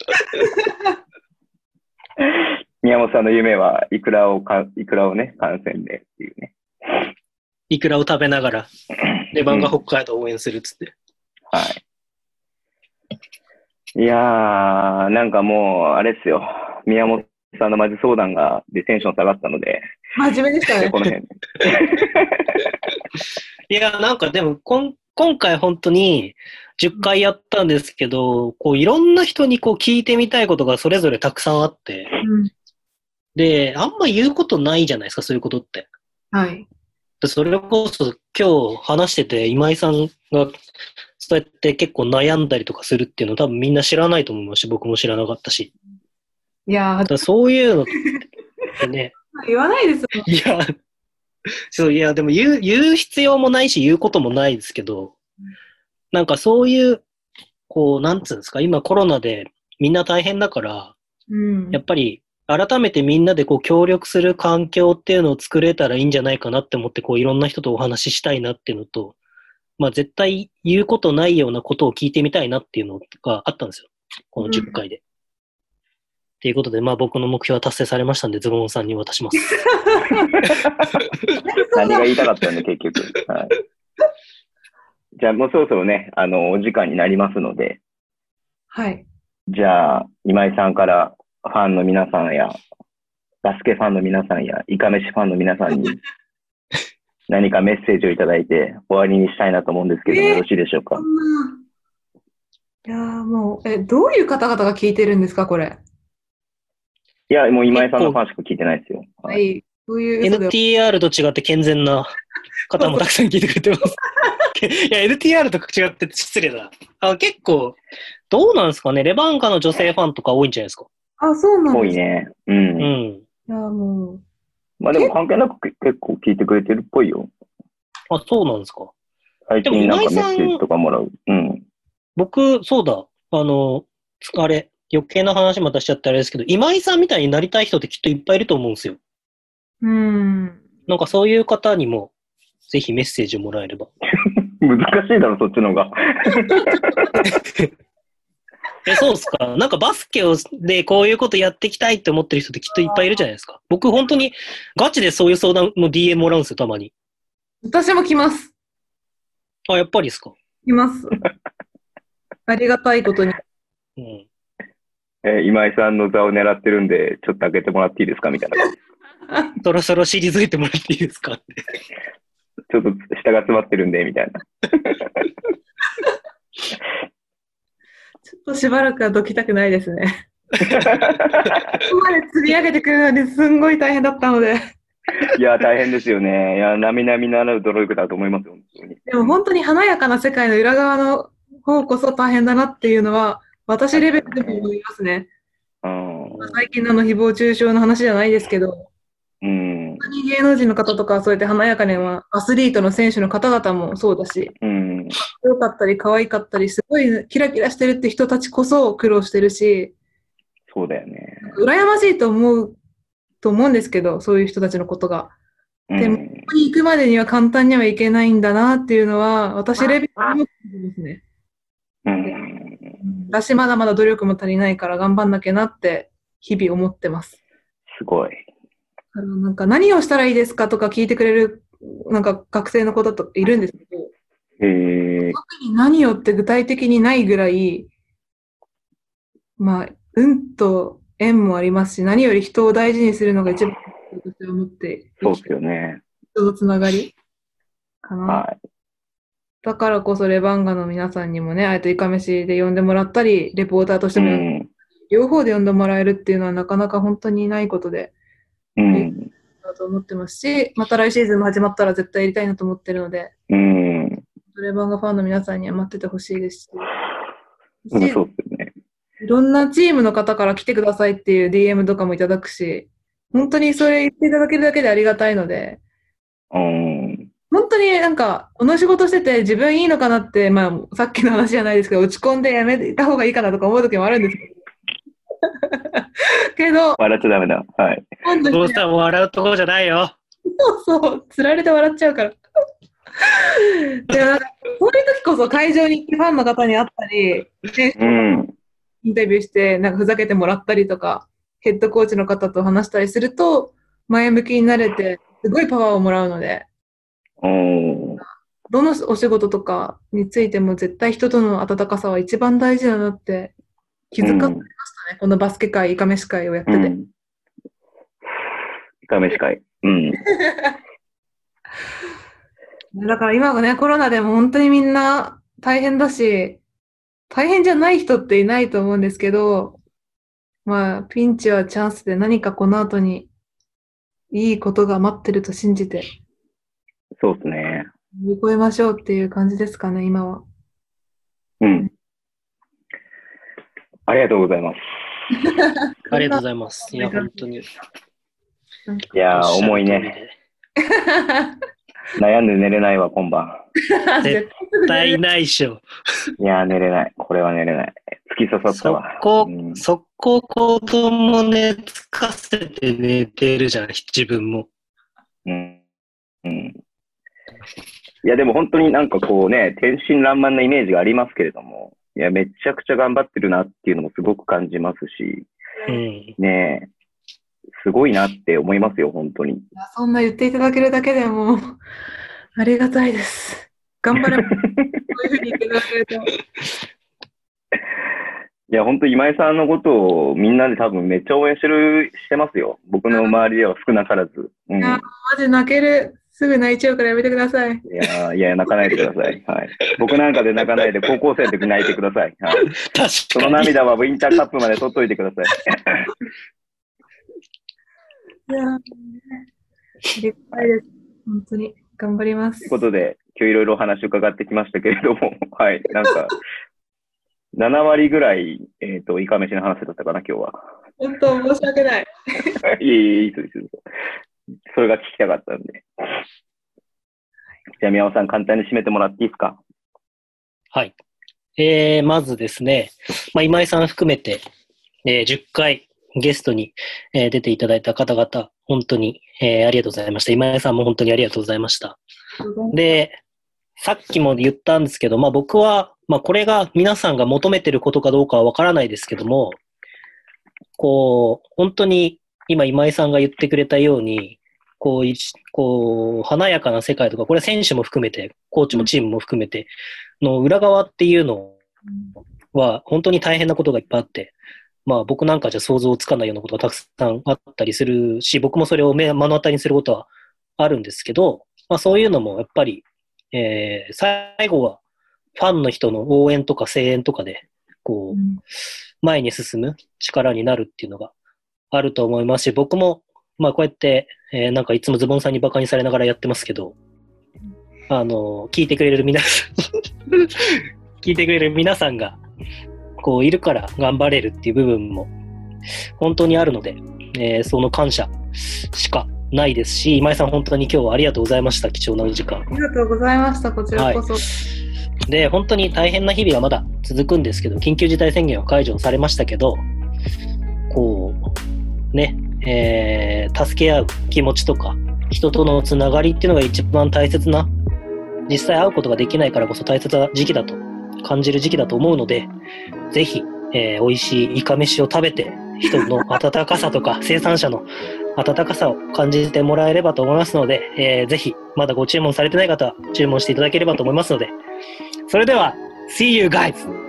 宮本さんの夢は、いくらをね、観戦でっていうね。 いくらを食べながら、レバンが北海道を応援するっつって。 はい。いやー、なんかもう、あれっすよ。宮本さんのマジ相談でテンション下がったので。 真面目でしたね。 この辺。 いや、なんかでも、今回本当に10回やったんですけど、こういろんな人にこう聞いてみたいことがそれぞれたくさんあって、で、あんま言うことないじゃないですか、そういうことって。 はい。 それこそ今日話してて、今井さんがそうやって結構悩んだりとかするっていうの多分みんな知らないと思うし、僕も知らなかったし。 いやー、そういうのってね。 言わないですよ。 いや、でも言う必要もないし、言うこともないですけど、なんかそういう、こう、なんつうんですか、今コロナでみんな大変だから、やっぱり改めてみんなでこう協力する環境っていうのを作れたらいいんじゃないかなって思って、こういろんな人とお話ししたいなっていうのと、 まあ絶対言うことないようなことを聞いてみたいなっていうのがあったんですよ。この10回で。ということで、まあ僕の目標は達成されましたんで、ズボンさんに渡します。 何が言いたかったんで、結局。はい。じゃあもうそろそろね、お時間になりますので。 はい。 じゃあ、今井さんからファンの皆さんや、バスケファンの皆さんや、イカメシファンの皆さんに何かメッセージをいただいて終わりにしたいなと思うんですけども、よろしいでしょうか。 いやもう、どういう方々が聞いてるんですか、これ。 いや、もう今井さんのファンしか聞いてないですよ。 はい。そういう NTR と違って健全な方もたくさん聞いてくれてます。いや、NTR と違って失礼だ。結構、どうなんですかね。レバンガの女性ファンとか多いんじゃないですか。 あ、そうなんですか。 多いね。うん。 いや、もう。 まあでも関係なく結構聞いてくれてるっぽいよ。 あ、そうなんですか。 最近なんかメッセージとかもらう。うん。 僕、そうだ。あれ、余計な話またしちゃってあれですけど、今井さんみたいになりたい人ってきっといっぱいいると思うんですよ。なんかそういう方にも、ぜひメッセージをもらえれば。 難しいだろ、そっちの方が。 そうっすか。なんかバスケでこういうことやっていきたいって思ってる人ってきっといっぱいいるじゃないですか。僕本当にガチでそういう相談の DM もらうんですよ、たまに。 私も来ます。 あ、やっぱりですか。 来ます。ありがたいことに。 うん。 今井さんの座を狙ってるんで、ちょっと開けてもらっていいですかみたいな。 そろそろ退いてもらっていいですかって。 ちょっと下が詰まってるんで、みたいな。 ちょっとしばらくはどきたくないですね。ここまで釣り上げてくるのにすんごい大変だったので。 いや、大変ですよね。いや、並々ならぬ努力だと思いますよ、本当に。 でも本当に華やかな世界の裏側の方こそ大変だなっていうのは、私レベルでも思いますね。最近の誹謗中傷の話じゃないですけど、本当に芸能人の方とか、そうやって華やかにはアスリートの選手の方々もそうだし、良かったり可愛かったり、すごいキラキラしてるって人たちこそ苦労してるし、 そうだよね。 羨ましいと思うんですけど、そういう人たちのことが。でも、ここに行くまでには簡単にはいけないんだなっていうのは、私レベルでもですね。私まだまだ努力も足りないから頑張んなきゃなって日々思ってます。 すごい。 なんか何をしたらいいですかとか聞いてくれるなんか学生の子だといるんですけど、特に何をって具体的にないぐらい、まあ、運と縁もありますし、何より人を大事にするのが一番だと私は思ってそうですよね。 人のつながりかな。 はい。 だからこそレバンガの皆さんにもね、あえてイカメシで呼んでもらったり、レポーターとしても、両方で呼んでもらえるっていうのはなかなか本当にないことで、だと思ってますし、また来シーズンも始まったら絶対やりたいなと思ってるので、レバンガファンの皆さんには待っててほしいですし、 そうですよね。 いろんなチームの方から来てくださいっていう DM とかもいただくし、本当にそれ言っていただけるだけでありがたいので、本当になんか、この仕事してて自分いいのかなって、まあ、さっきの話じゃないですけど、落ち込んでやめた方がいいかなとか思う時もあるんですけど、 笑っちゃダメだ。はい。 どうしたら笑うところじゃないよ。 そう、釣られて笑っちゃうから。でもなんか、そういう時こそ会場に行ってファンの方に会ったり、インタビューして、なんかふざけてもらったりとか、ヘッドコーチの方と話したりすると、前向きになれて、すごいパワーをもらうので、どのお仕事とかについても絶対人との温かさは一番大事だなって気づかされましたね。このバスケ界、イカメシ界をやってて。 イカメシ界。 だから今がね、コロナでも本当にみんな大変だし、大変じゃない人っていないと思うんですけど、まあ、ピンチはチャンスで何かこの後にいいことが待ってると信じて。 そうですね。 乗り越えましょうっていう感じですかね、今は。 ありがとうございます。 ありがとうございます。いや、本当に。いや、重いね。悩んで寝れないわ、今晩。 絶対ないっしょ。 いや、寝れない。これは寝れない。突き刺さったわ。 速攻子供寝つかせて寝てるじゃん、自分も。 いや、でも本当になんかこうね、天真爛漫なイメージがありますけれども、いや、めちゃくちゃ頑張ってるなっていうのもすごく感じますし、ねえ、すごいなって思いますよ、本当に。 そんな言っていただけるだけでも、ありがたいです。頑張れ。こういうふうに言っていただけると。 いや、本当今井さんのことをみんなで多分めっちゃ応援してますよ。僕の周りでは少なからず。 いや、マジ泣ける。すぐ泣いちゃうからやめてください。 いや、泣かないでください。はい。僕なんかで泣かないで、高校生の時泣いてください。はい。その涙はウィンターカップまで取っといてください。 いや、ありがたいです。本当に。頑張ります。 ということで、今日いろいろお話を伺ってきましたけれども、はい。なんか、7割ぐらい、イカ飯の話だったかな、今日は。 本当、申し訳ない。 いいです。それが聞きたかったんで。じゃあ、宮尾さん、簡単に締めてもらっていいですか？ はい。まずですね、今井さん含めて、10回ゲストに、出ていただいた方々、本当に、ありがとうございました。今井さんも本当にありがとうございました。で、さっきも言ったんですけど、僕は、これが皆さんが求めてることかどうかはわからないですけども、こう、本当に今今井さんが言ってくれたように、こう、華やかな世界とか、これは選手も含めて、コーチもチームも含めて、の裏側っていうのは、本当に大変なことがいっぱいあって、僕なんかじゃ想像つかないようなことがたくさんあったりするし、僕もそれを目の当たりにすることはあるんですけど、そういうのもやっぱり、最後はファンの人の応援とか声援とかで、こう、前に進む力になるっていうのがあると思いますし、僕も、こうやって、なんかいつもズボンさんにバカにされながらやってますけど、聞いてくれる皆さんが、こういるから頑張れるっていう部分も本当にあるので、その感謝しかないですし、今井さん本当に今日はありがとうございました。貴重なお時間。 ありがとうございました。こちらこそ。 で、本当に大変な日々はまだ続くんですけど、緊急事態宣言は解除されましたけど、こう、ね、助け合う気持ちとか、人とのつながりっていうのが一番大切な、実際会うことができないからこそ大切な時期だと感じる時期だと思うので、ぜひ、美味しいイカ飯を食べて、人の温かさとか生産者の温かさを感じてもらえればと思いますので、ぜひまだご注文されてない方は注文していただければと思いますので、それでは See you guys!